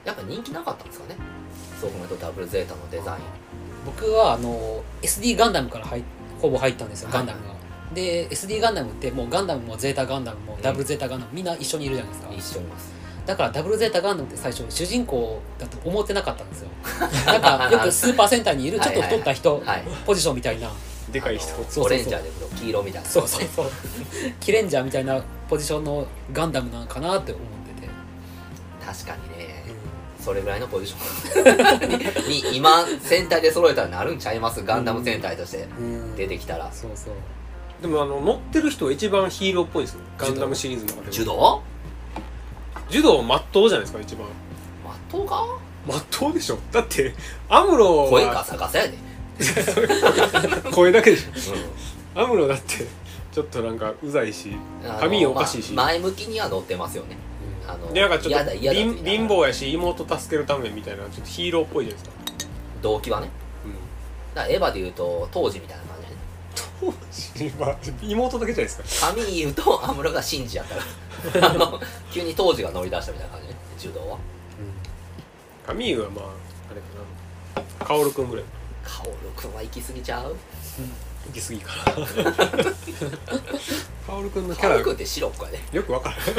やっぱ人気なかったんですかね、そう考えるとダブルゼータのデザイン。 僕はあの エスディー ガンダムから入ほぼ入ったんですよ、ガンダムが、はい、で エスディー ガンダムってもうガンダムもゼータガンダムもダブルゼータガンダム、うん、みんな一緒にいるじゃないですか。 一緒にいます。 だからダブルゼータガンダムって最初主人公だと思ってなかったんですよなんかよくスーパー戦隊にいるちょっと太った人はいはい、はい、ポジションみたいなでかい人、 オレンジャーで黄色みたいな、 そうそうそうキレンジャーみたいなポジションのガンダムなのかなって思ってて、 確かにね、うん、それぐらいのポジションに今戦隊で揃えたらなるんちゃいます、ガンダム戦隊として出てきたら、うんうん、 そうそう。 でもあの乗ってる人が一番ヒーローっぽいですよ、ガンダムシリーズの中で。 柔道柔道まっとうじゃないですか、一番まっとうか、 まっとうでしょ。だってアムロは声かさかさやで声だけでしょ、うん、アムロだってちょっとなんかうざいし髪おかしいし、 まあ、前向きには乗ってますよね、 うん、あのでなんかちょっと貧乏やし妹助けるためみたいなちょっとヒーローっぽいじゃないですか、 動機はね、うん、だからエヴァでいうと当時みたいな感じ当時は妹だけじゃないですか。 髪言うとアムロがシンジやったらあの急に当時が乗り出したみたいな感じね、柔道は、うん、 髪言うはまああれかな、カオルくんぐらい。 カオルくんは行き過ぎちゃう、うん、 行き過ぎかなカオルくんのキャラ、カオルくんってシロップやね、 よくわからん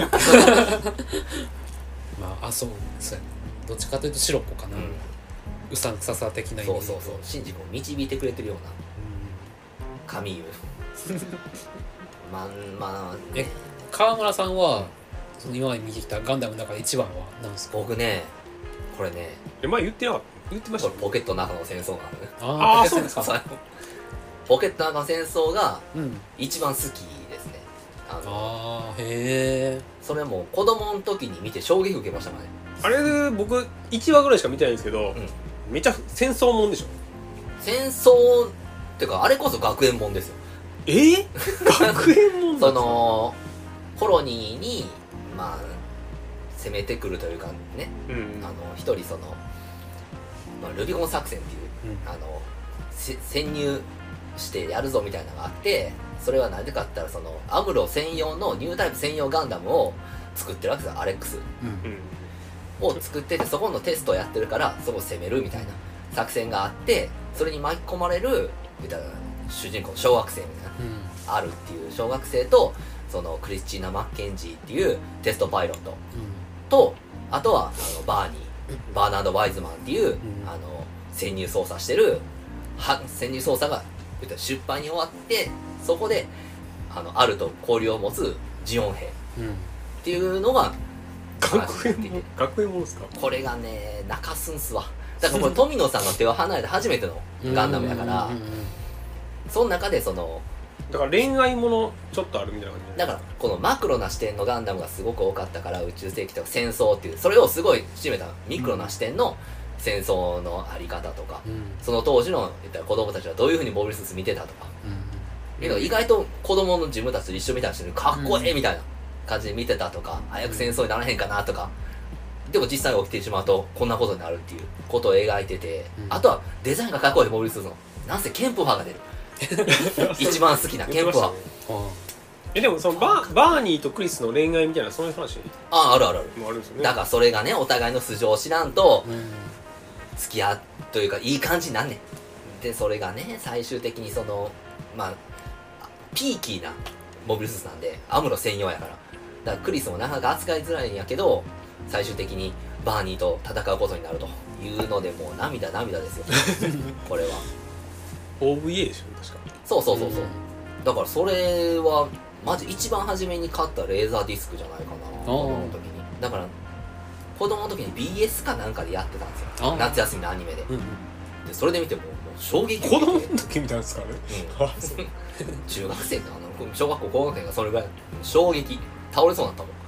まああそうそうや、ね、どっちかというとシロップかな、うん、うさんくささ的な意味で、 そうそうそう、シンジ君を導いてくれてるような神優まあまあ、ね、 え川村さんはその今まで見てきたガンダムの中で一番は何ですか？ 僕ね、これね、 え前言ってなかった言ってました、ね、 ポケットの中の戦争なのね。 ああそうですか。 ポケットの中の戦争が一番好きですね、うん、あのあへえ。 それも子供の時に見て衝撃受けましたからね。 あれで僕いちわぐらいしか見てないんですけど、うん、めちゃ戦争もんでしょ。 戦争ってかあれこそ学園もんですよ。 えー、学園もんそのコロニーにまあ攻めてくるというかね、うんうん、あの一人その、まあ、ルビコン作戦っていう、うん、あの潜入してやるぞみたいなのがあって、それは何でかって言ったらそのアムロ専用のニュータイプ専用ガンダムを作ってるわけですよ、アレックス、うん、を作ってて、そこのテストをやってるからそこを攻めるみたいな作戦があって、それに巻き込まれるみたいな主人公の小学生みたいな、うん、あるっていう小学生とそのクリスチーナ・マッケンジーっていうテストパイロット、うん、とあとはあのバーニー、バーナード・ワイズマンっていう、うん、あの潜入捜査してるは潜入捜査が失敗に終わって、そこであのあると交流を持つジオン兵っていうのが学園も学園もですか。 これがね泣かすんすわ。だからこれ富野さんの手を離れて初めてのガンダムやから、その中でそのだから恋愛ものちょっとあるみたいな感じだからこのマクロな視点のガンダムがすごく多かったから、宇宙世紀とか戦争っていうそれをすごい締めたミクロな視点の戦争のあり方とか、うん、その当時の言ったら子供たちはどういうふうにモビルスーツ見てたとか、うん、意外と子供の自分たちと一緒みたいな人にかっこええみたいな感じで見てたとか、早く戦争にならへんかなとか、でも実際起きてしまうとこんなことになるっていうことを描いてて、うん、あとはデザインがかっこいいモビルスーツのなんせケンプファーが出る一番好きなケンプファー、ね、 えでもそのバー、バーニーとクリスの恋愛みたいなそういう話ああるあるあるもあるんですよね。 だからそれがねお互いの素性を知らんと付き合うというかいい感じになんねん。でそれがね最終的にそのまあピーキーなモビルスーツなんでアムロ専用やから、だからクリスもなかなか扱いづらいんやけど最終的にバーニーと戦うことになるというのでもう涙涙ですよこれはオーブイエー でしょ確か。 そうそうそうそう、うん、だからそれはマジ一番初めに買ったレーザーディスクじゃないかな子供の時に。だから子供の時に ビーエス かなんかでやってたんですよ、夏休みのアニメで、うんうん、でそれで見てももう衝撃子供の時見たんですかね、 うん、中学生かな小学校高学年がそれぐらい衝撃倒れそうになったもん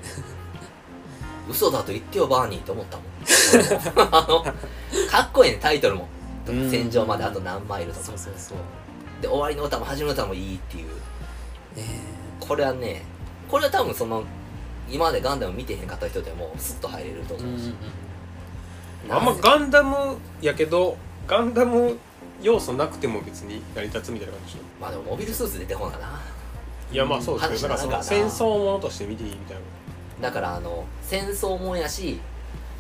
嘘だと言ってよバーニーって思ったもんあのかっこいいねタイトルも戦場まであと何マイルとか、そうそうそうで終わりの歌も始めの歌もいいっていう、えー、これはねこれは多分その今までガンダム見てへんかった人でもスッと入れると思うし、うんうん、あんまガンダムやけどガンダム要素なくても別に成り立つみたいな感じでしょ。 まあでもモビルスーツ出てこんかな。 いやまあそうですけど、だからその戦争ものとして見ていいみたいな。 だからあの戦争もんやし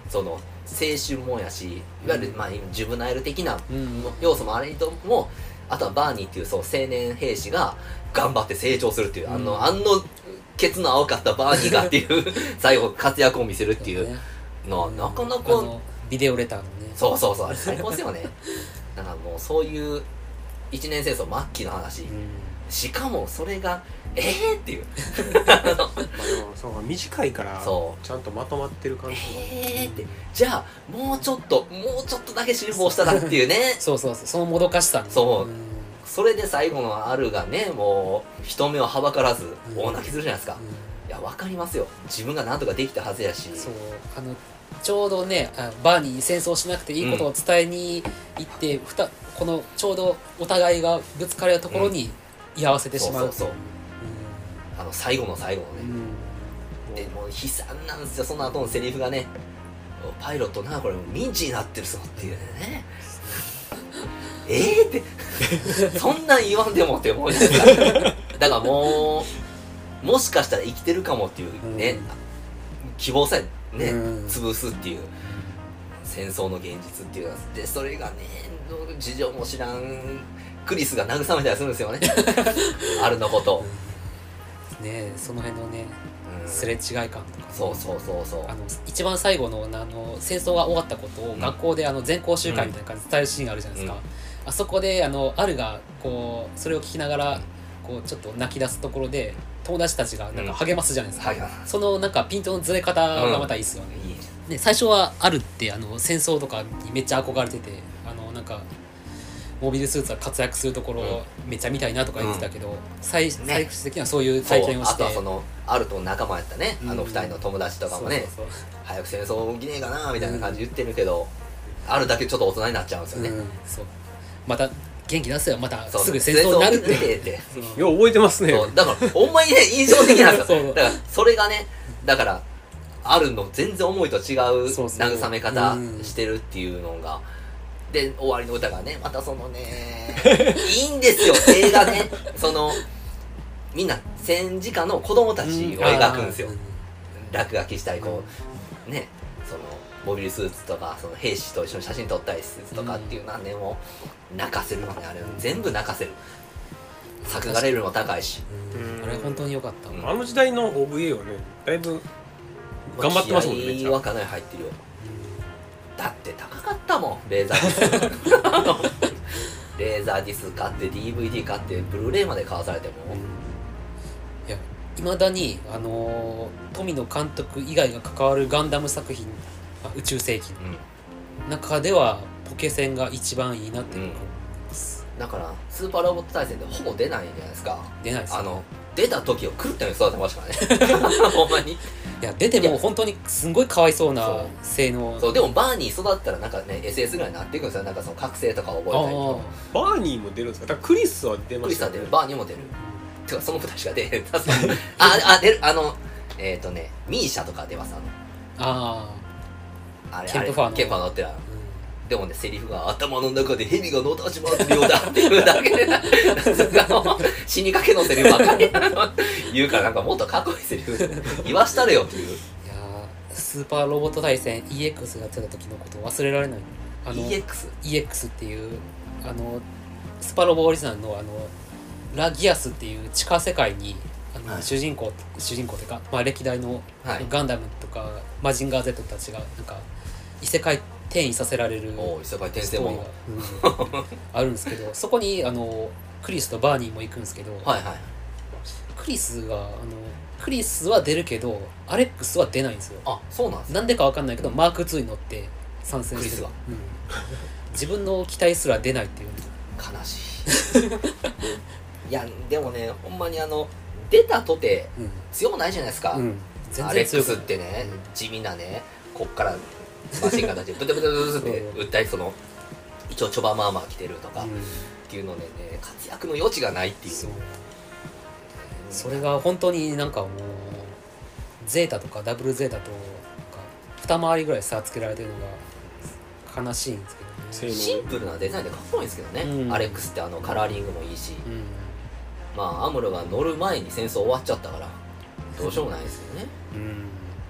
その青春もやし、いわゆる、まあ、ジュブナイル的な要素もあれとも、あとはバーニーっていうそう青年兵士が頑張って成長するっていう、うん、あのあのケツの青かったバーニーがっていう最後活躍を見せるっていうのは、ね、なかなかビデオレターのね、 そうそうそう、あれ最高ですよね。だからもうそういう一年戦争末期の話、うん、しかもそれがえーっていうまあでもそうか、短いからちゃんとまとまってる感じがえーって、じゃあもうちょっともうちょっとだけ辛抱したらっていうねそうそうそう、そのもどかしさ、ね、 そう、うん、それで最後のアルがね、もう人目をはばからず大泣きするじゃないですか、うんうん、いや分かりますよ、自分がなんとかできたはずやし、 そう、あのちょうどね、バーに戦争しなくていいことを伝えに行って、うん、ふたこのちょうどお互いがぶつかるところに居合わせてしまう、うん、そうそうそう、 あの最後の最後のね、うん、でもう悲惨なんですよ、その後のセリフがね、パイロットなこれミンチになってるぞっていうねえーってそんなん言わんでもって思うんですからだからもうもしかしたら生きてるかもっていうね、うん、希望さえね、うん、潰すっていう戦争の現実っていうので、それがね事情も知らんクリスが慰めたりするんですよねアルのことね、その辺のね、うん、すれ違い感とか、ね、 そうそうそうそう、 あの一番最後の、あの戦争が終わったことを学校であの全校集会みたいな感じで伝えるシーンがあるじゃないですか、うん、あそこであのアルがこうそれを聞きながらこうちょっと泣き出すところで友達たちがなんか励ますじゃないですか、うんはいはい、そのなんかピントのずれ方がまたいいっすよね、うん、いいで最初はアルってあの戦争とかにめっちゃ憧れてて、あのなんかモビルスーツが活躍するところをめっちゃ見たいなとか言ってたけど、うん、最終的にはそういう体験をして、 あとはそのアルと仲間やったね、うん、あのふたりの友達とかもね、そうそうそう、早く戦争起きねえかなみたいな感じで言ってるけど、うん、アルだけちょっと大人になっちゃうんですよね、うん、そうまた元気出せよ、またすぐ戦争になるってってよう覚えてますね。 そうだからほんまにね印象的なんですよだからそれがね、だからアルの全然思いと違う慰め方してるっていうのが、で終わりの歌がねまたそのねいいんですよ映画ね、そのみんな戦時下の子供たちを描くんですよ、うん、落書きしたりこう、うん、ね、そのモビルスーツとかその兵士と一緒に写真撮ったりするとかっていうのはね、もう泣かせるのね、あれ全部泣かせる、作画レベルも高いし、 うん、あれ本当に良かった、 うん、あの時代の オーブイエー はねだいぶ頑張ってますもんね。 気合はかなり入ってるよ、だって高かったもんレーザーディスクレーザーディスク買って ディーブイディー 買ってブルーレイまで買わされても、 いや未だにあのー、富野監督以外が関わるガンダム作品、宇宙世紀の中ではポケセンが一番いいなって思います、 うん、だからスーパーロボット対戦でほぼ出ないじゃないですか。 出ないですよ、ね、 あの出た時を狂ったように育てましたからねほんまに。 いや出ても本当にすんごいかわいそうな性能。 そうでもバーニー育ったらなんかね エスエス ぐらいになっていくんですよ。なんかその覚醒とか覚えたりとか。バーニーも出るんですか。だからクリスは出ましたね。 クリスは出る、バーニーも出る。てかそのふたりしか出へん。ああ出る、あのえっ、ー、とねミーシャとか出ます。あのあああれケンプファーのケンプファー乗ってる。でもね、セリフが頭の中で蛇がのたしまってるようだっていうだけで死にかけのセリフばっかり言うから、なんかもっとかっこいいセリフ言わしたれよっていう。いやスーパーロボット対戦 イーエックス がやってた時のこと忘れられない。あのイーエックス? イーエックス っていうあのスパロボオリジナルのあのラギアスっていう地下世界にあの、はい、主人公主人公というか、まあ、歴代のガンダムとか、はい、マジンガー Z たちがなんか異世界転移させられるストーリーが、うん、 あるんですけど、そこにあのクリスとバーニーも行くんですけど、 はいはい、 クリスがあのクリスは出るけどアレックスは出ないんですよ。 あ、そうなんですか。なんでかわかんないけどマークツーに乗って参戦してる。うん、自分の機体すら出ないっていう悲しいいやでもね、ほんまにあの出たとて強くないじゃないですか、うん、全然アレックスってね、うん、地味なね、こっからマシンガンたちブテブテブテって撃ったり、その一応チョバマーマー来てるとかっていうのでね、活躍の余地がないっていう。そう、 それが本当になんかもうゼータとかダブルゼータとか二回りぐらい差つけられてるのが悲しいんですけどね。 シンプルなデザインでかっこいいんですけどね、うん、アレックスってあのカラーリングもいいし、うん、まあアムロが乗る前に戦争終わっちゃったからどうしようもないですよね。 うん、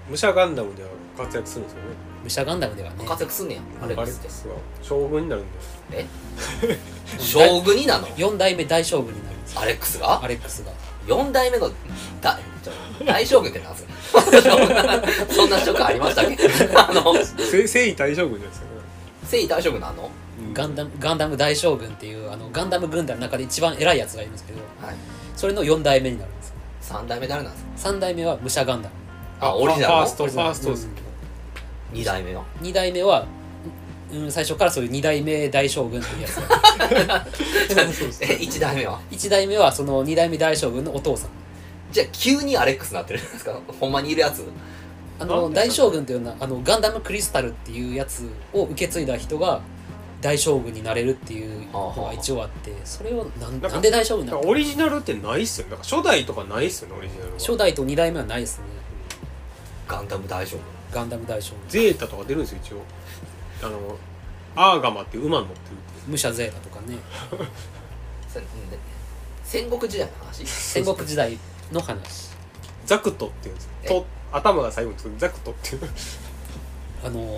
武者ガンダムでは活躍するんですよね。 武者ガンダムではね活躍すんねやアレックスっては将軍になるんだよ。 え将軍になるの？ よん代目大将軍になるんですよアレックスがアレックスがよん代目の大大将軍ってなんすかそんな職ありましたっけあの征夷大将軍じゃないですかね。 征夷大将軍なんの？ ガンダムガンダム大将軍っていうあのガンダム軍団の中で一番偉いやつがいるんですけど、 はい、 それのよん代目になるんですよ。 さん代目誰なんですか？ さん代目は武者ガンダム。 あオリジナルのファーストファーストです。 に代目はに代目は、うん、最初からそういうに代目大将軍っていうやつがえいち代目はいち代目はそのに代目大将軍のお父さん。 じゃあ急にアレックスになってるんですか？ほんまにいるやつ？ あの大将軍っていうのはあのガンダムクリスタルっていうやつを受け継いだ人が大将軍になれるっていうのが一応あって、それをなんなんで大将軍になったの？ オリジナルってないっすよね。なんか初代とかないっすよね、オリジナルは。 初代とに代目はないですね。 ガンダム大将軍ガンダム大将軍ゼータとか出るんですよ一応。あのアーガマっていう馬に乗ってるって武者ゼータとかね戦国時代の話？ 戦国時代の話。 ザクトっていうんですよ。と頭が最後につくザクトっていうあの、うん、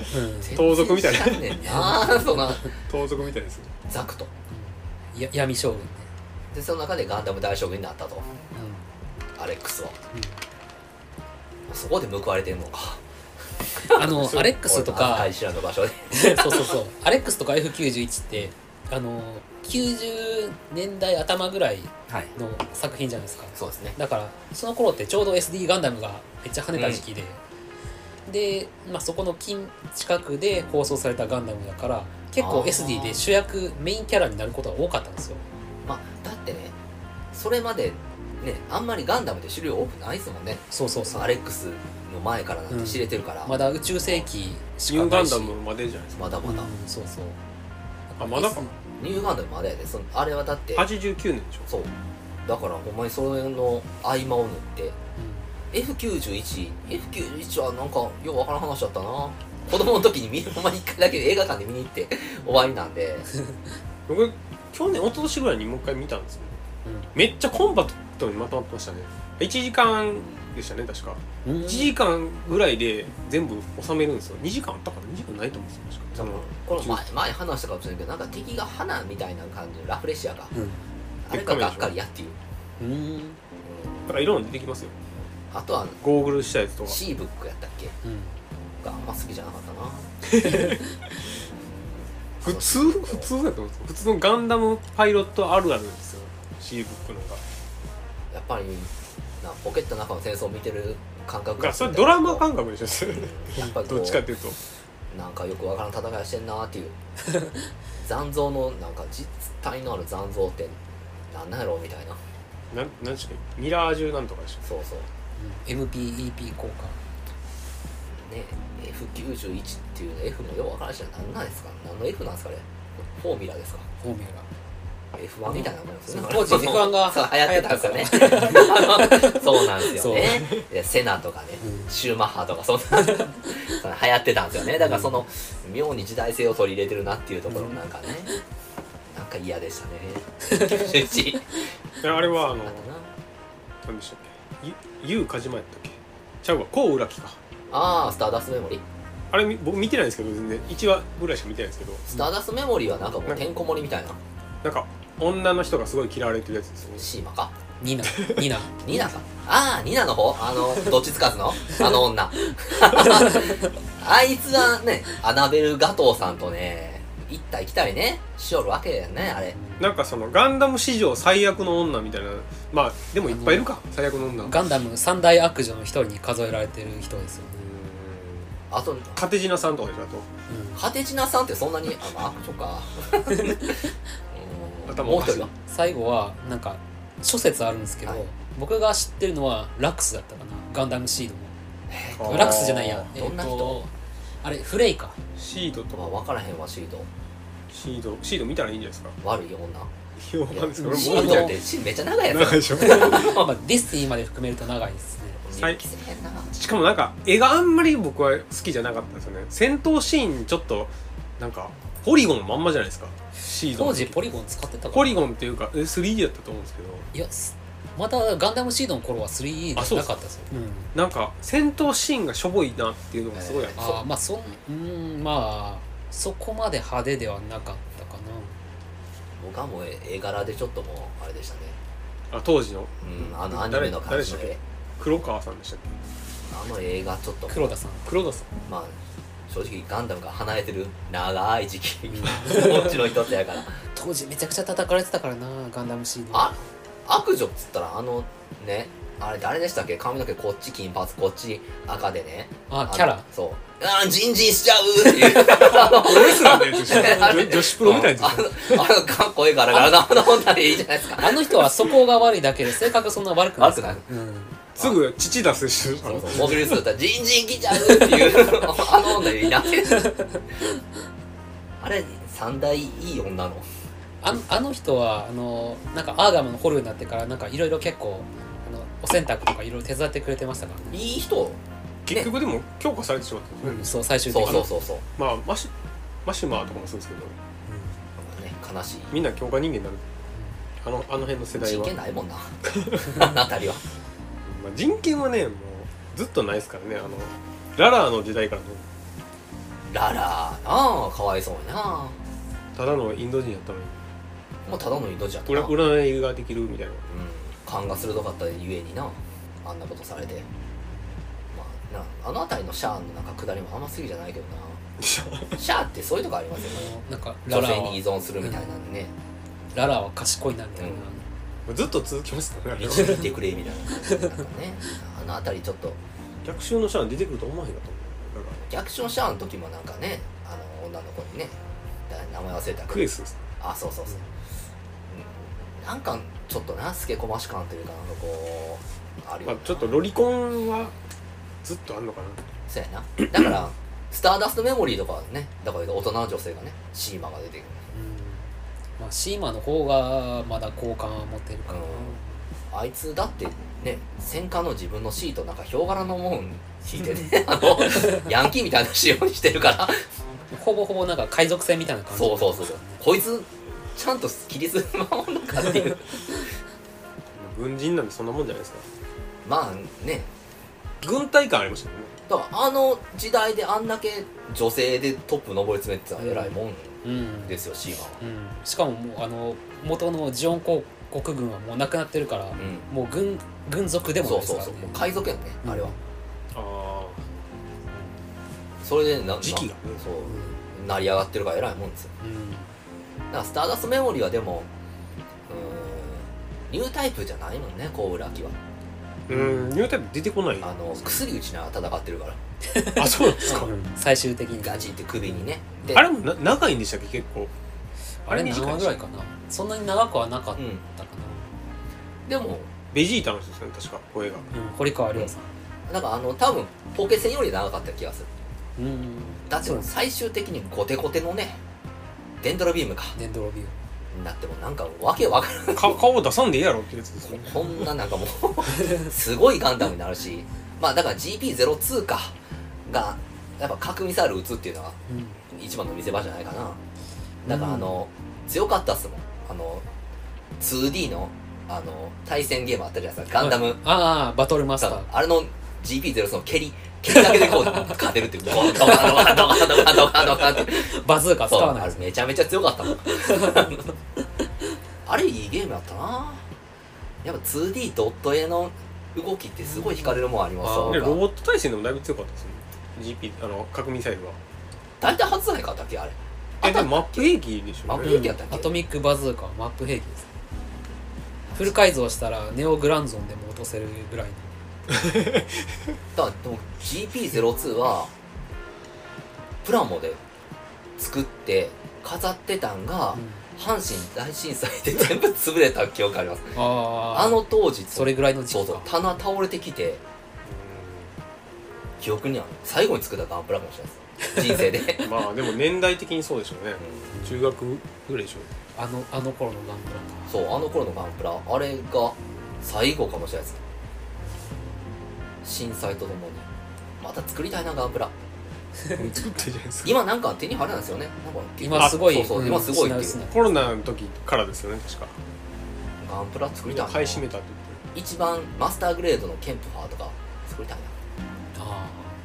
盗賊みたいな全然知らんねんなそんな盗賊みたいですね。 ザクト、 うん、や闇将軍ね。 でその中でガンダム大将軍になったと、 うん、 アレックスは、 うん、 そこで報われてんのかあのアレックスとか知らんの場所でそうそうそうアレックスとか エフきゅうじゅういち ってあのきゅうじゅうねんだい頭ぐらいの作品じゃないですか、 はい、そうですね。 だからその頃ってちょうど エスディー ガンダムがめっちゃ跳ねた時期で、うん、で、まあ、そこの近近くで放送されたガンダムだから結構 エスディー で主役メインキャラになることが多かったんですよ。 まあ、だってねそれまでねあんまりガンダムで種類多くないですもんね。 そうそうそうアレックスの前からなんて知れてるから、 うん、まだ宇宙世紀しニューかないしガンダムまでじゃないですか。 まだまだ、 うん、そうそうあまだかニューガンダムまだやでそのあれはだってはちじゅうきゅうねんでしょ。 そうだからほんまにそれの合間を縫って、うん、エフきゅうじゅういち エフきゅうじゅういち はなんかようわからん話だったな。子供の時に見ほんまにいっかいだけ映画館で見に行って終わりなんで僕去年一昨年ぐらいにもう一回見たんですよ、うん、めっちゃコンパクトにまとまってましたね。いちじかんでしたね確か、うん、いちじかんぐらいで全部収めるんですよ。にじかんあったかなにじかんないと思うんですよ確か。そのこの前前話したかもしれないけどなんか敵が花みたいな感じのラフレシアが、うん、あれががっかりやっていううん、うん、 だからいろんな出てきますよ。 あとはゴーグルしたやつとか C ブックやったっけ、うん、があんま好きじゃなかったな普通普通だと思うんですよ。普通のガンダムパイロットあるあるですよ C ブックのが。 やっぱりなポケットの中の戦争を見てる感覚がそれドラマ感覚でしょ、うん、 やっぱりどっちかっていうとなんかよくわからん戦いをしてんなーっていう残像のなんか実体のある残像ってなんなんやろうみたいなななんしかミラージュなんとかでしょ。 そうそう、 うん、エムピーイーピー 効果ね エフきゅうじゅういち っていうの F もようわからんし何なんですか何の F なんですかね。フォーミュラですか。 フォーミュラエフワン みたいなもんですよね。 当時 エフワン が流行ってたんですよねそうなんですよね。セナとかね、うん、シューマッハとかそんな流行ってたんですよね。だからその妙に時代性を取り入れてるなっていうところなんかね、うん、なんか嫌でしたねあれはあの何でしたっけ、ユウカジマやったっけちゃうわ、コウウラキか。 ああスターダストメモリーあれ僕見てないんですけど全然いちわぐらいしか見てないんですけど、 スターダストメモリーはなんかもうてんこ盛りみたいななんか女の人がすごい嫌われてるやつですよね。 シーマかニナニナニナかああニナの方あのどっちつかずのあの女あいつはねアナベル・ガトーさんとね行ったり来たりねしよるわけやね。あれなんかそのガンダム史上最悪の女みたいな、まあでもいっぱいいるか最悪の女。 ガンダム三大悪女の一人に数えられてる人ですよね。 あとカテジナさんとかでしょ。あと、 うん、カテジナさんってそんなにあの悪女かもう一人は最後はなんか諸説あるんですけど、はい、僕が知ってるのはラックスだったかな。ガンダムシードもラックスじゃないや、 どんな人、えー、とあれフレイか。 シードとか分からへんわ。シードシードシード見たらいいんじゃないですか。 悪い女いやわかんないですけどシードってシードめっちゃ長いやつ長いでしょまあディスティニーまで含めると長いですね。 しかもなんか絵があんまり僕は好きじゃなかったんですよね。戦闘シーンちょっとなんかポリゴンのまんまじゃないですか。シード当時ポリゴン使ってたかポリゴンっていうか スリーディー だったと思うんですけど、 いやまたガンダムシードの頃は スリーイー じゃなかったですよ。 うん、なんか戦闘シーンがしょぼいなっていうのがすごいある、 えー、あまあそうんまあそこまで派手ではなかったかな。 僕はもう絵柄でちょっともうあれでしたね。 あ当時の、 うん、あのアニメの感じの絵。 黒川さんでしたっけ。 あの映画ちょっと黒田さん黒田さんまあ正直ガンダムが離れてる長い時期こっちの一つやから当時めちゃくちゃ叩かれてたからなガンダムシード。 あ悪女っつったらあのねあれ誰でしたっけ、髪の毛こっち金髪こっち赤でね、 あキャラそうあジンジンしちゃうっていうプロレスラーのやつでしょ女子プロみたいなやつあのあのかっこいいからガラガラの女でいいじゃないですか。 あの人は素行が悪いだけで性格そんな悪くないですか。 悪くない、 うん、 すぐ乳出す人そうそうモビルスーツだったらジンジン来ちゃうっていうあの女いなけあれ三大いい女のあのあの人はあのなんかアーガムの捕虜になってからなんかいろいろ結構あのお洗濯とかいろいろ手伝ってくれてましたからね。 いい人結局でも強化されてしまったんですね、 うん、そう最終的そうにそうそうそう、 まあマシマシュマーとかもそうですけど、 うん、ね悲しいみんな強化人間になる、あのあの辺の世代は人権ないもんなあの辺りはまあ、人権はねもうずっとないですからね。あのララーの時代からのララああかわいそうにな、 ただのインド人やったのにもうただのインド人やったな、 占占いができるみたいな。 うん、勘が鋭かったゆえになあんなことされて、まあなあの辺りのシャアのなんか下りもあんま好きじゃないけどなシャアってそういうとこありますよね、 なんかラ女ラは性に依存するみたいなんでね、 ララは賢いなみたいな、 うん、 ずっと続きますからね。 導いてくれみたいな感じでなんかねあの辺りちょっと逆襲のシャア出てくると思わへんかと思う。だか逆襲のシャアの時もなんかねあの女の子にね名前忘れたけどらクエスですあそうそうそう、うん、なんかちょっとなすけこまし感というかなんかこうあるよな、 まあ、ちょっとロリコンはずっとあんのかな。 そうやなだからスターダストメモリーとかはねだから大人の女性がねシーマが出てくる、 うんまあ、シーマの方がまだ好感は持ってるからな、 うん、あいつだってね戦艦の自分のシートなんかヒョウ柄のもん引いてねあのヤンキーみたいな仕様にしてるからほぼほぼなんか海賊船みたいな感じ、 そうそうそうそうこいつちゃんと規律守るのかっていう軍人なんでそんなもんじゃないですか。 まあね軍隊感ありましたよね。 だからあの時代であんだけ女性でトップ上り詰めてたら偉いもんうんですよ、シーマは、 うん、しかももうあの元のジオン公国軍はもうなくなってるから、 うん、 もう軍軍属でもないですからね。 そうそうそう海賊やんね、 うん、 あれはあそれでな時期がねそう、うん、成り上がってるから偉いもんですよ。 うんだからスターダストメモリーはでもうーんニュータイプじゃないもんねコウブラキは。 あうんニュータイプ出てこない。 あの薬打ちながら戦ってるからあそうなんですか。 うん最終的にガチって首にねであれもな長いんでしたっけ結構。 あれ短い何話ぐらいかな。そんなに長くはなかったかうんな。 でもベジータの人ですよね確か声が。 うん、堀川亮さん。 なんかあの多分ポケセンより長かった気がする。 うん。 だってもう最終的にゴテゴテのねデンドロビームかデンドロビュー。 になってもなんかわけわからんか顔出さんでいいやろってやつですよね。 こんななんかもうすごいガンダムになるしまあだから ジーピーゼロツー かがやっぱ核ミサイル撃つっていうのがうん。 一番の見せ場じゃないかな。だからあの、強かったっすもんあの ツーディー のあの対戦ゲームあったじゃないですかガンダム、 ああバトルマスター。 あれの ジーピーゼロツー の蹴り蹴りだけでこう勝てるっていうドンドカドカドカドカドカドカドカってバズーカ使そうわないです。 あれめちゃめちゃ強かったもんあれいいゲームやったな。やっぱ ツーディー ドット絵の動きってすごい惹かれるもんありますわ、 でロボット対戦でもだいぶ強かったですよね。ジーピー あの核ミサイルは。 大体外さないかったっけあれえでもマップ兵器でしょマップね。 兵器やったっけアトミックバズーカはマップ兵器です。フル改造したらネオグランゾンでも落とせるぐらいの。 だからでも ジーピーゼロツー はプラモで作って飾ってたんが、阪神大震災で全部潰れた記憶あります。 あああの当時それぐらいの時期か。 そうそう棚倒れてきて記憶には最後に作ったガンプラかもしれないです人生でまあでも年代的にそうでしょうね。中学ぐらいでしょう。 あのあの頃のガンプラか。 そうあの頃のガンプラあれが最後かもしれないです震災とともにまた作りたいなガンプラ作ったじゃないですか。 今なんか手に入らないですよねなんか今すごいそうそう、 うん今すごいっていう品薄なコロナの時からですよね確か。 ガンプラ作りたいな買い占めたって一番マスターグレードのケンプファーとか作りたいな。 あ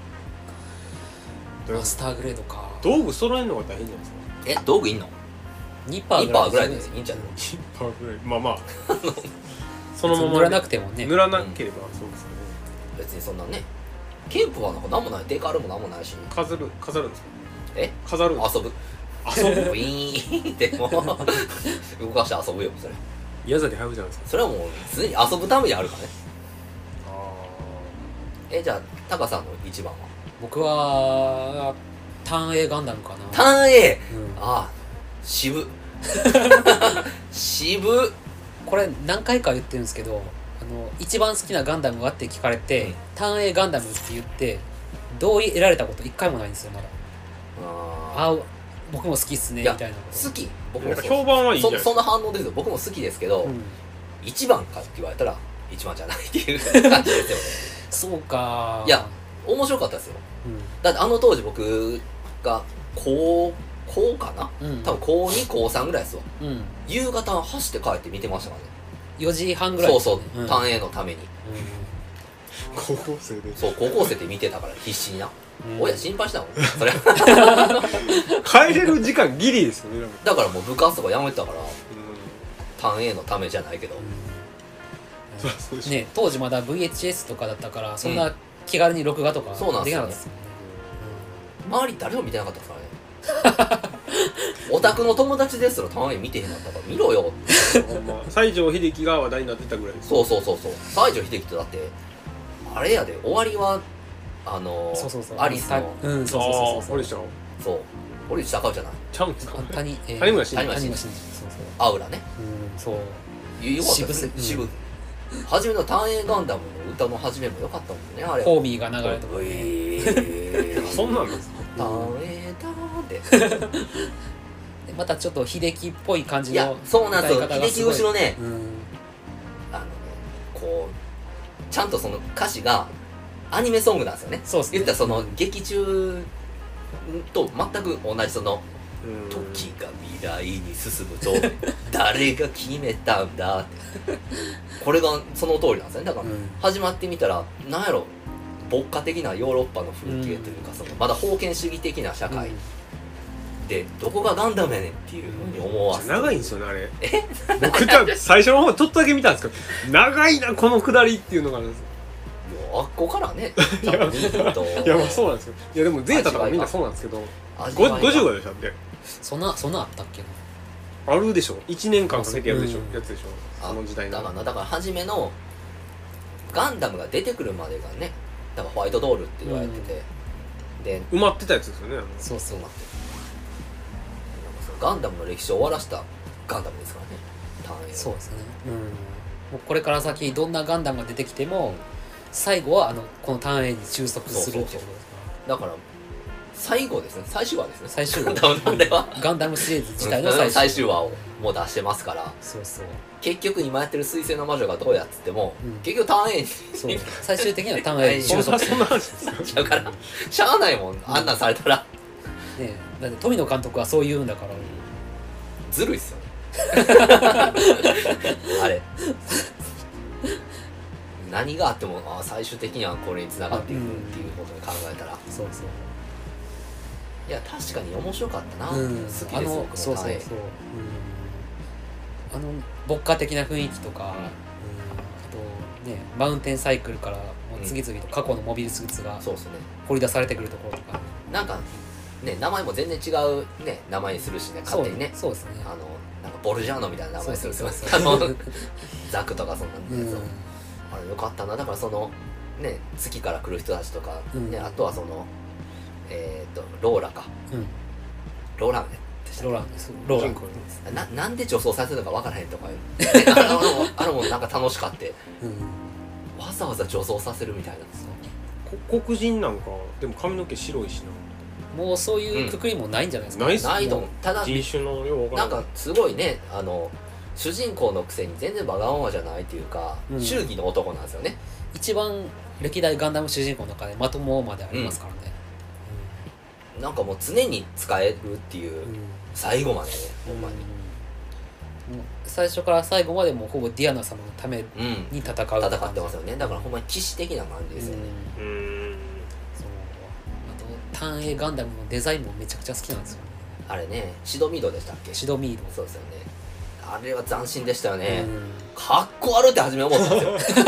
あマスターグレードか。 道具揃えるのが大変じゃないですか。 え道具いんの？ にパーにパーぐらいでいいんじゃない？ にパーぐらいまあまあそのまま塗らなくてもね。 塗らなければそうですよね、 うん、別にそんなねケンプはなんか何もない、デカールも何もないし。 飾る飾るんですか？ え飾るんですか？ 遊ぶ遊ぶウィーンってもう動かして遊ぶよそれ。 矢崎駿じゃないですか。 それはもう常に遊ぶためにあるからね。 あえじゃあタカさんの一番は？ 僕はターン A ガンダムかな。 ターン A、 うん、 ああ渋渋。 これ何回か言ってるんですけど、あの一番好きなガンダムはって聞かれて、 うん、 ターン A ガンダムって言って同意得られたこと一回もないんですよまだ。ああ僕も好きっすねみたいなこと。 好き、僕もそう。 評判はいいじゃないですか。 そ, そんな反応ですよ。僕も好きですけど、うん、一番かって言われたら一番じゃないっていう感じですよね。 そうか。 いや面白かったですよ、 うん、 だってあの当時僕が高校かな、うん、多分高に高さんぐらいですわ、うん、夕方走って帰って見てましたからね。 よじはんぐらいです、 ね、そうそう、うん、ターン A のために、 うん、高校生で。 そう高校生で見てたから必死にな、うん、親心配したもんそれ帰れる時間ギリですよね。 だからもう部活とかやめてたから、うん、ターン A のためじゃないけど、 うん、ね当時まだ ブイエイチエス とかだったからそんな気軽に録画とかできなかったですよね、 うん、周り誰も見てなかったですからねオタクの友達ですらターン A 見てへんかったから見ろよ西城秀樹が話題になってたぐらいです。 そうそうそうそう。西城秀樹ってだってあれやで、終わりはあのー、 そうそうそうアリスの、 うん、そうそうそうそう、 堀ちゃん、 そう堀内孝雄じゃない、 ちゃうんですか？ 谷、 えー、谷村新司、 谷村新司、そうそうアウラね、 うん、そうよかったですね、渋、うん、初めのターン A ガンダムの歌の始めも良かったもんね、あれホーミーが流れとか、ね、 えー、そんなんですか？ ターン A ターンってまたちょっと秀樹っぽい感じのいやそうなんですよ。秀樹節のね、 うん、 あのねこうちゃんとその歌詞がアニメソングなんですよね。 そうですね。 言ったらその劇中と全く同じその時が未来に進むと誰が決めたんだってこれがその通りなんですよね。だから始まってみたらなんやろ牧歌的なヨーロッパの風景というか、そのまだ封建主義的な社会、うんでどこがガンダムやねんっていうふうに思わせ長いんですよねあれ。え僕じゃ最初の方ちょっとだけ見たんですけど長いなこの下りっていうのがあるんですよ。 もうあっこからねいやいやまあそうなんですよ。いやでもゼータとかみんなそうなんですけどごじゅうがでしたってそんなそんなあったっけな。あるでしょいちねんかんかけてやるでしょ、うん、やつでしょあの時代の。 だからだから初めのガンダムが出てくるまでがねだからホワイトドールって言われてて、うん、で埋まってたやつですよね。 そうそう埋まってるガンダムの歴史を終わらせたガンダムですからねターン A。 そうですね、うん、もうこれから先どんなガンダムが出てきても最後はあのこのターン A に収束するってことですか。 だから最後ですね最終話ですね最終話ガンダムシリーズ自体の最終 話, 最終話をもう出してますから。 そうそう結局今やってる水星の魔女がどうやっつっても、うん、結局ターン A にそう最終的にはターン A に収束するだからしゃあないもんあんなんされたらねえだって富野監督はそう言うんだからずるいっすよあれ何があってもあ最終的にはこれに繋がっていくっていうことに考えたら、 うん、そうそういや確かに面白かったな、うん、好きですあの僕もそうそうそう、うん、あの牧歌的な雰囲気とか、うん、あとねマウンテンサイクルからもう次々と過去のモビルスーツが掘り出されてくるところとか、 うん、なんかね名前も全然違うね名前にするしね勝手にね。 そうですね。 あのなんかボルジャーノみたいな名前にするんですよ。ザクとかそんなんですよ、うん、あれよかったな。だからそのね月から来る人たちとか、うん、ねあとはそのえっ、ー、とローラか、うん、ローランねローランですローラン君ななんで女装させるのか分からへんとかいうあのあれもなんか楽しかって、うん、わざわざ女装させるみたいな。 黒人なんかでも髪の毛白いしな。 もうそういうくくりもないんじゃないですか、 うん、ないないと思う。ただ人種のようなんかすごいねあの主人公のくせに全然バカママじゃないっていうか、うん、忠義の男なんですよね。 一番歴代ガンダム主人公の中でまともまでありますからね、 うん、なんかもう常に使えるっていう、うん、最後までねほんまに、 最初から最後までもうほぼディアナ様のために戦う、うん、戦ってますよね。だからほんまに騎士的な感じですよね。うん、うん、 そうあと単影ガンダムのデザインもめちゃくちゃ好きなんですよ、ね、 あれねシドミードでしたっけ。 シドミードそうですよね。あれは斬新でしたよね、うん、かっこ悪って初め思ったんですよ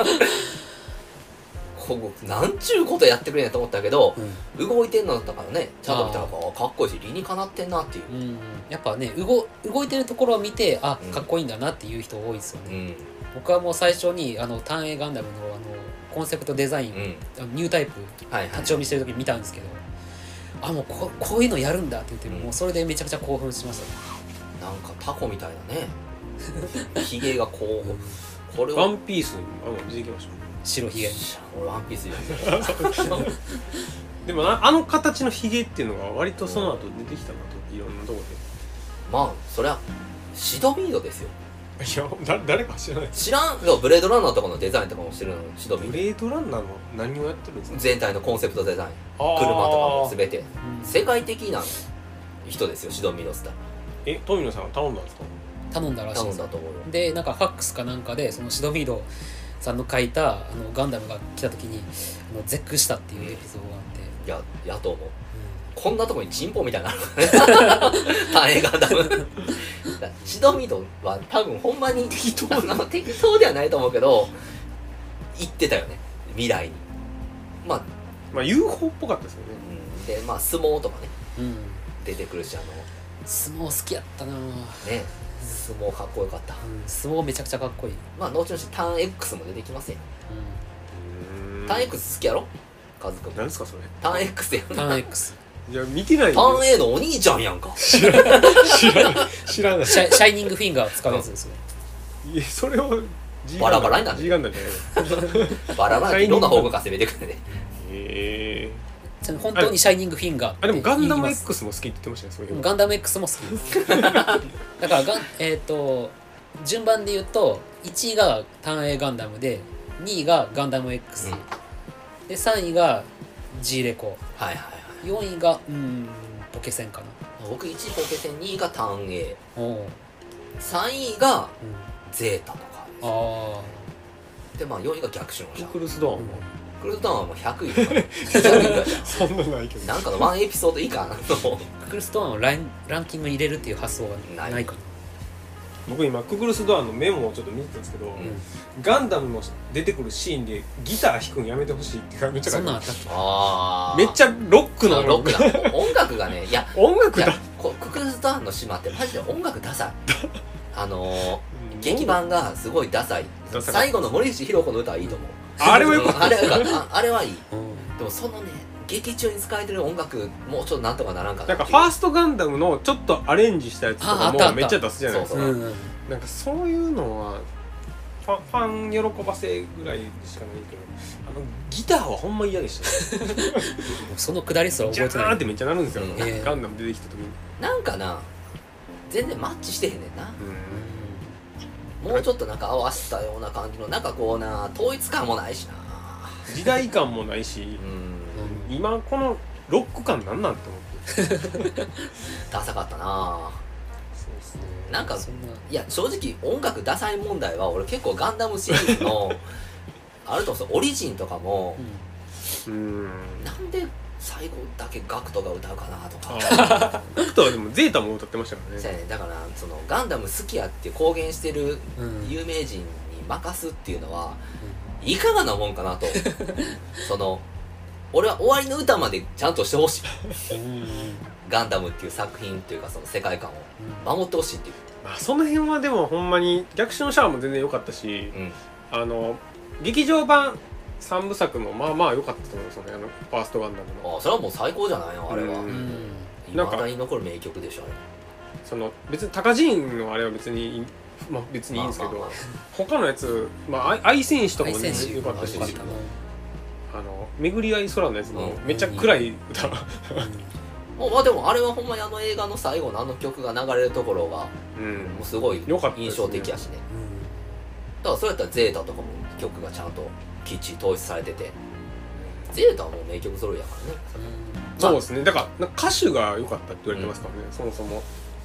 こうなんちゅうことやってくれんやと思ったけど、うん、動いてんのだったからねちゃんと見たらかっこいいし理にかなってんなっていう、うん、 やっぱね動動いてるところを見てあかっこいいんだなっていう人多いですよね、うん、僕はもう最初にあの単影ガンダムのあのコンセプトデザイン、うん、ニュータイプ立ち読みしてる時見たんですけど、あもう こ, こういうのやるんだって言って、うん、もうそれでめちゃくちゃ興奮しましたね。 なんかタコみたいなねヒゲがこう、うん、 これワンピースに出てきました。 白ひげ俺ワンピースやねでもなあの形のひげっていうのが割とその後出てきたなといろんなところで。 まあそりゃシドミードですよ。 いやだ誰か知らない知らん。ブレードランナーとかのデザインとかもしてるのシドミード。 ブレードランナーの何をやってるんですか。 全体のコンセプトデザイン車とかも全て、うん、世界的な人ですよシドミードスター。 え富野さんが頼んだんですか。 頼んだらしいです。 頼んだと思うよ。 でなんかファックスかなんかでそのシドミードさんの書いたあのガンダムが来た時にあの絶句したっていうエピソードがあって、 いややと思う、うん、こんなとこにチンポみたいなの単影ガンダムシドミードは多分ほんまに適当な適当ではないと思うけど言ってたよね未来に。まあまあ ユーフォー っぽかったですよね、 うん、でまあ相撲とかね、うん、出てくるしあの相撲好きやったなね。 相撲かっこよかった、うん、 相撲めちゃくちゃかっこいい。 まあ後々ターン X も出てきますよ、うん、ターン X 好きやろカズくん。 何ですかそれ。 ターン X やん。 ターン X いや見てない。 ターン A のお兄ちゃんやんか。 知らない知らない知らない。 シャ, シャイニングフィンガー使うやつですよ。 いやそれをバラバラになる。 G ガンダムじゃないバラバラにいろんな方向から攻めてくるね。 へえー本当にシャイニングフィンガーってあでもガンダム X も好きって言ってましたね。そういうガンダム X も好きですだからガン、えー、と順番で言うといちいが単影ガンダムでにいがガンダム X、うん、でさんいが G レコ、 はいはいはい、 よんいがうんポケセンかな。 僕いちいポケセン、にいが単影、さんいがゼータとかです、ね、あでまあよんいが逆襲のクルスドーンも、うんクルスドーンはもうひゃくいとかひゃくいぐらいじゃん。 そんなないけどなんかのワンエピソード以下なのクルスドーンをラインランキングに入れるっていう発想はないかな。 僕今ククルスドアンのメモをちょっと見てたんですけど、うん、ガンダムの出てくるシーンでギター弾くんやめてほしいってめっちゃ書いてある。あめっちゃロックなロックな音楽がねいや音楽だこククルスドアンの島ってマジで音楽ダサいあのー、劇版がすごいダサい。最後の森口博子の歌はいいと思う。 あれはよかった、 あれはよかったあれはいい、うん、でもそのね劇中に使えてる音楽もうちょっとなんとかならんかな。 なんかファーストガンダムのちょっとアレンジしたやつとかもめっちゃ出すじゃないですか。そうそう、うん、なんかそういうのはファファン喜ばせぐらいしかないけど、あのギターはほんま嫌でしたねそのくだりすら覚えてない。 ジャーンってめっちゃなるんですよ、うん、ガンダム出てきた時になんかな全然マッチしてへんねんな、うん、もうちょっとなんか合わせたような感じのなんかこうな統一感もないしな時代感もないし、うん、今このロック感なんなんて思ってダサかったな。そうですね。なんかいや正直音楽ダサい問題は俺結構ガンダムシリーズのあると思う。オリジンとかも、うん、なんで最後だけガクトが歌うかなとかガクトはでもゼータも歌ってましたからね。 だからそのガンダム好きやって公言してる有名人に任すっていうのは、うん、いかがなもんかなとその俺は終わりの歌までちゃんとしてほしいガンダムっていう作品っていうかその世界観を守ってほしいっていう、 まあ、その辺はでもほんまに逆襲のシャワーも全然良かったし、うん、あの劇場版さんぶさくもまあまあ良かったと思いますよね。あのファーストガンダムのああそれはもう最高じゃないのあれは。いまだに残る名曲でしょあれ。 その別にタカジーンのあれは別にまあ別にいいんですけど、まあまあまあ、他のやつまあ愛戦士とかもね良かったし、あの巡り合い空のやつもめっちゃ暗い歌、うんうん、あでもあれはほんまにあの映画の最後のあの曲が流れるところが、うん、もうすごい印象的やしね、うん、だからそれやったらゼータとかも曲がちゃんときっちり統一されてて、ゼータはもう名曲揃いやからね、 うん、そうですね。だから歌手が良かったって言われてますからね、うん、そもそも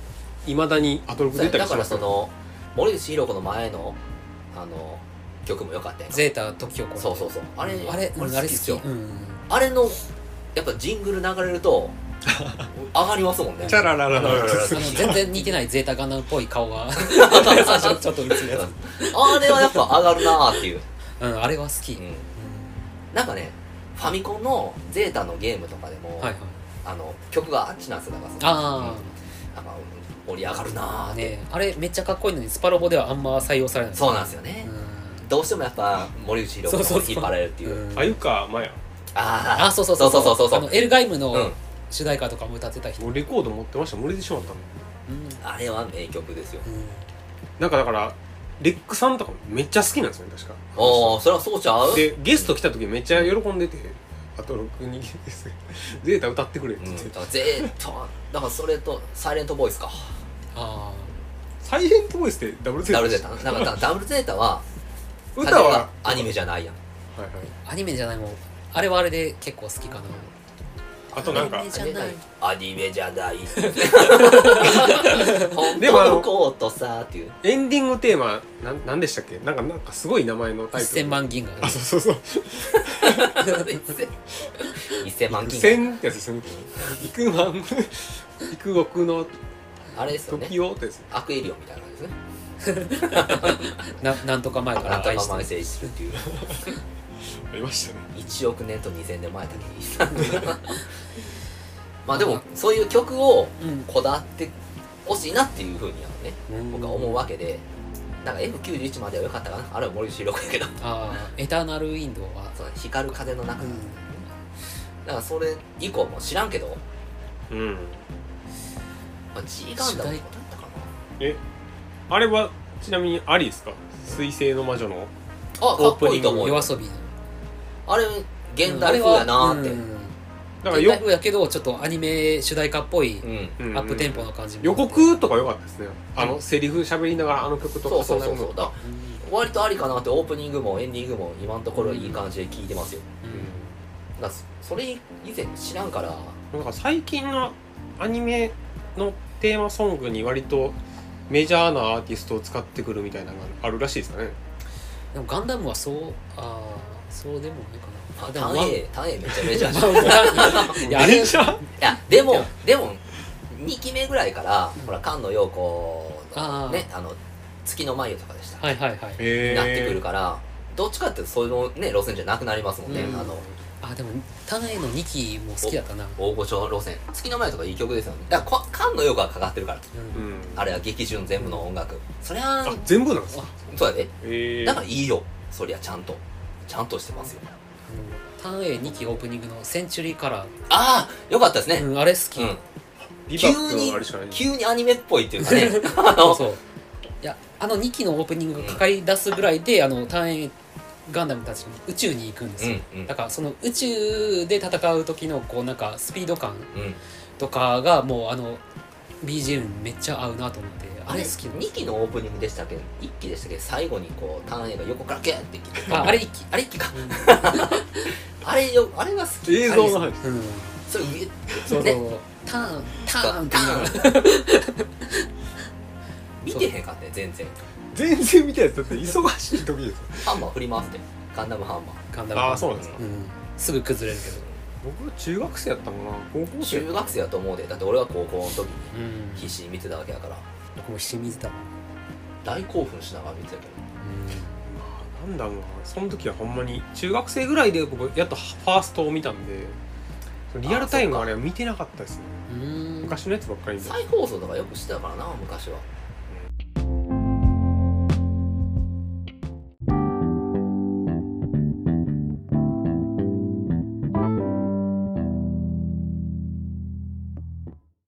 いまだにアトロク出たりします。 だからその森口博子の前のあの曲も良かったやん。 ゼータ時を超えて、 そうそうそう、あれあれあれ好きですよ、 うん、 あれのやっぱジングル流れると上がりますもんね。 チャラララララあの全然似てないゼータガンダムっぽい顔が最初ちょっと映るやつあれはやっぱ上がるなーっていう、 うん、あれは好き、うん、 なんかねファミコンのゼータのゲームとかでも、はいはい、あの曲があっちなんですよ。だからあ、うん、 なんか盛り上がるなーって、 ね、あれめっちゃかっこいいのにスパロボではあんま採用されない。 そうなんですよね、うん、どうしてもやっぱ森口博子に引っ張られるっていう。 あゆかまやああそうそうそうそうそうそうそう、あのエルガイムの、 うん主題歌とかも歌ってた人。 もうレコード持ってました。漏れてしまったの、 うん、あれは名曲ですよ、うん、 なんかだからレックさんとかめっちゃ好きなんですよね確か。 ああそれはそうちゃう。 でゲスト来た時めっちゃ喜んでて、あとろくにですゼータ歌ってくれって言って、 うん、だからゼータだからそれとサイレントボイスか。ああサイレントボイスってダブルゼータ。 ダブルゼータなんかダブルゼータは歌はアニメじゃないやん。 はいはいアニメじゃないもん。あれはあれで結構好きかな。 あとなんかアニメじゃないアニメじゃない本でもあの当のコートさっていうエンディングテーマなんなんでしたっけ。なんかなんかすごい名前のタイトル。 せんまん銀河。 あそうそうそうせんまん銀河千ってやつですね。幾万幾億のあれですよね。 時をってやつ。 アクエリオンみたいな感じですね。 ななんとか前から愛してる愛してるっていうありましたね。 いちおくねんとにせんねんまえだけにまあでもそういう曲をこだわってほしいなっていうふうにはね、うん、僕は思うわけで、なんか エフきゅうじゅういち までは良かったかな。あれは森口博子やけど、 ああエターナルウィンドウはそう光る風の中、うん、だからそれ以降も知らんけど、 うん、 まあ、G ガンダムだったかな。 えあれはちなみにありですか。水星の魔女のあかっこいいと思うよ。 夜遊びのあれ現代風やなーって、うん、 だから現代風やけどちょっとアニメ主題歌っぽいアップテンポの感じも、 予告とか良かったですね。あのセリフ喋りながらあの曲とかそうそうそうそうだ、うん、割とありかなって。オープニングもエンディングも今のところいい感じで聴いてますよ、うん、だそれ以前知らんから。 なんか最近のアニメのテーマソングに割とメジャーなアーティストを使ってくるみたいなのがあるらしいですかね。 でもガンダムはそうあそうでもないかな。 タン A タン A めっちゃメジャーいやあれいやでもでもにきめぐらいから、うん、ほら菅野陽子のねあの月の眉とかでした、 はいはいはい、 なってくるからどっちかっていうとそういうね路線じゃなくなりますもんね、うん、あのあでもタン A のにきも好きだったな。 大御所路線月の眉とかいい曲ですよね。だから菅野陽子がかかってるから、うん、あれは劇順全部の音楽そりゃあ全部なんですか。 そうやで、えー、だからいいよそりゃちゃんとちゃんとしてますよ。 タン エーにきオープニングのセンチュリーカラー、ああよかったですね、 うん、あれ好き、うん、 急に急にアニメっぽいっていうかねそうそういやあのにきのオープニングがかかり出すぐらいで、うん、あのタン エーガンダムたちに宇宙に行くんですよ、うんうん、だからその宇宙で戦う時のこうなんかスピード感とかがもうあの ビージーエム にめっちゃ合うなと思って、あれ好きにきのオープニングでしたっけどいっきでしたっけ、最後にこうターン A が横からギューってきて、 ああれいっきあれいっきか、うん、あれよあれが好き。 映像の話、 うん、それ上そうそう、ね、ターンターンって見てへんかったね全然全然見てないです。だって忙しい時ですハンマー振り回してガンダムハンマーガンダムハンマーああそうなんですか、うん、 すぐ崩れるけど僕中学生やったのかな高校生中学生やと思うで。だって俺は高校の時に必死に見てたわけやから、 僕も必死に見てた大興奮しながら見てたけど、 うん、なんだろうなその時はほんまに中学生ぐらいで僕やっとファーストを見たんでリアルタイムのあれは見てなかったですね。昔のやつばっかり再放送とかよくしてたからな昔は。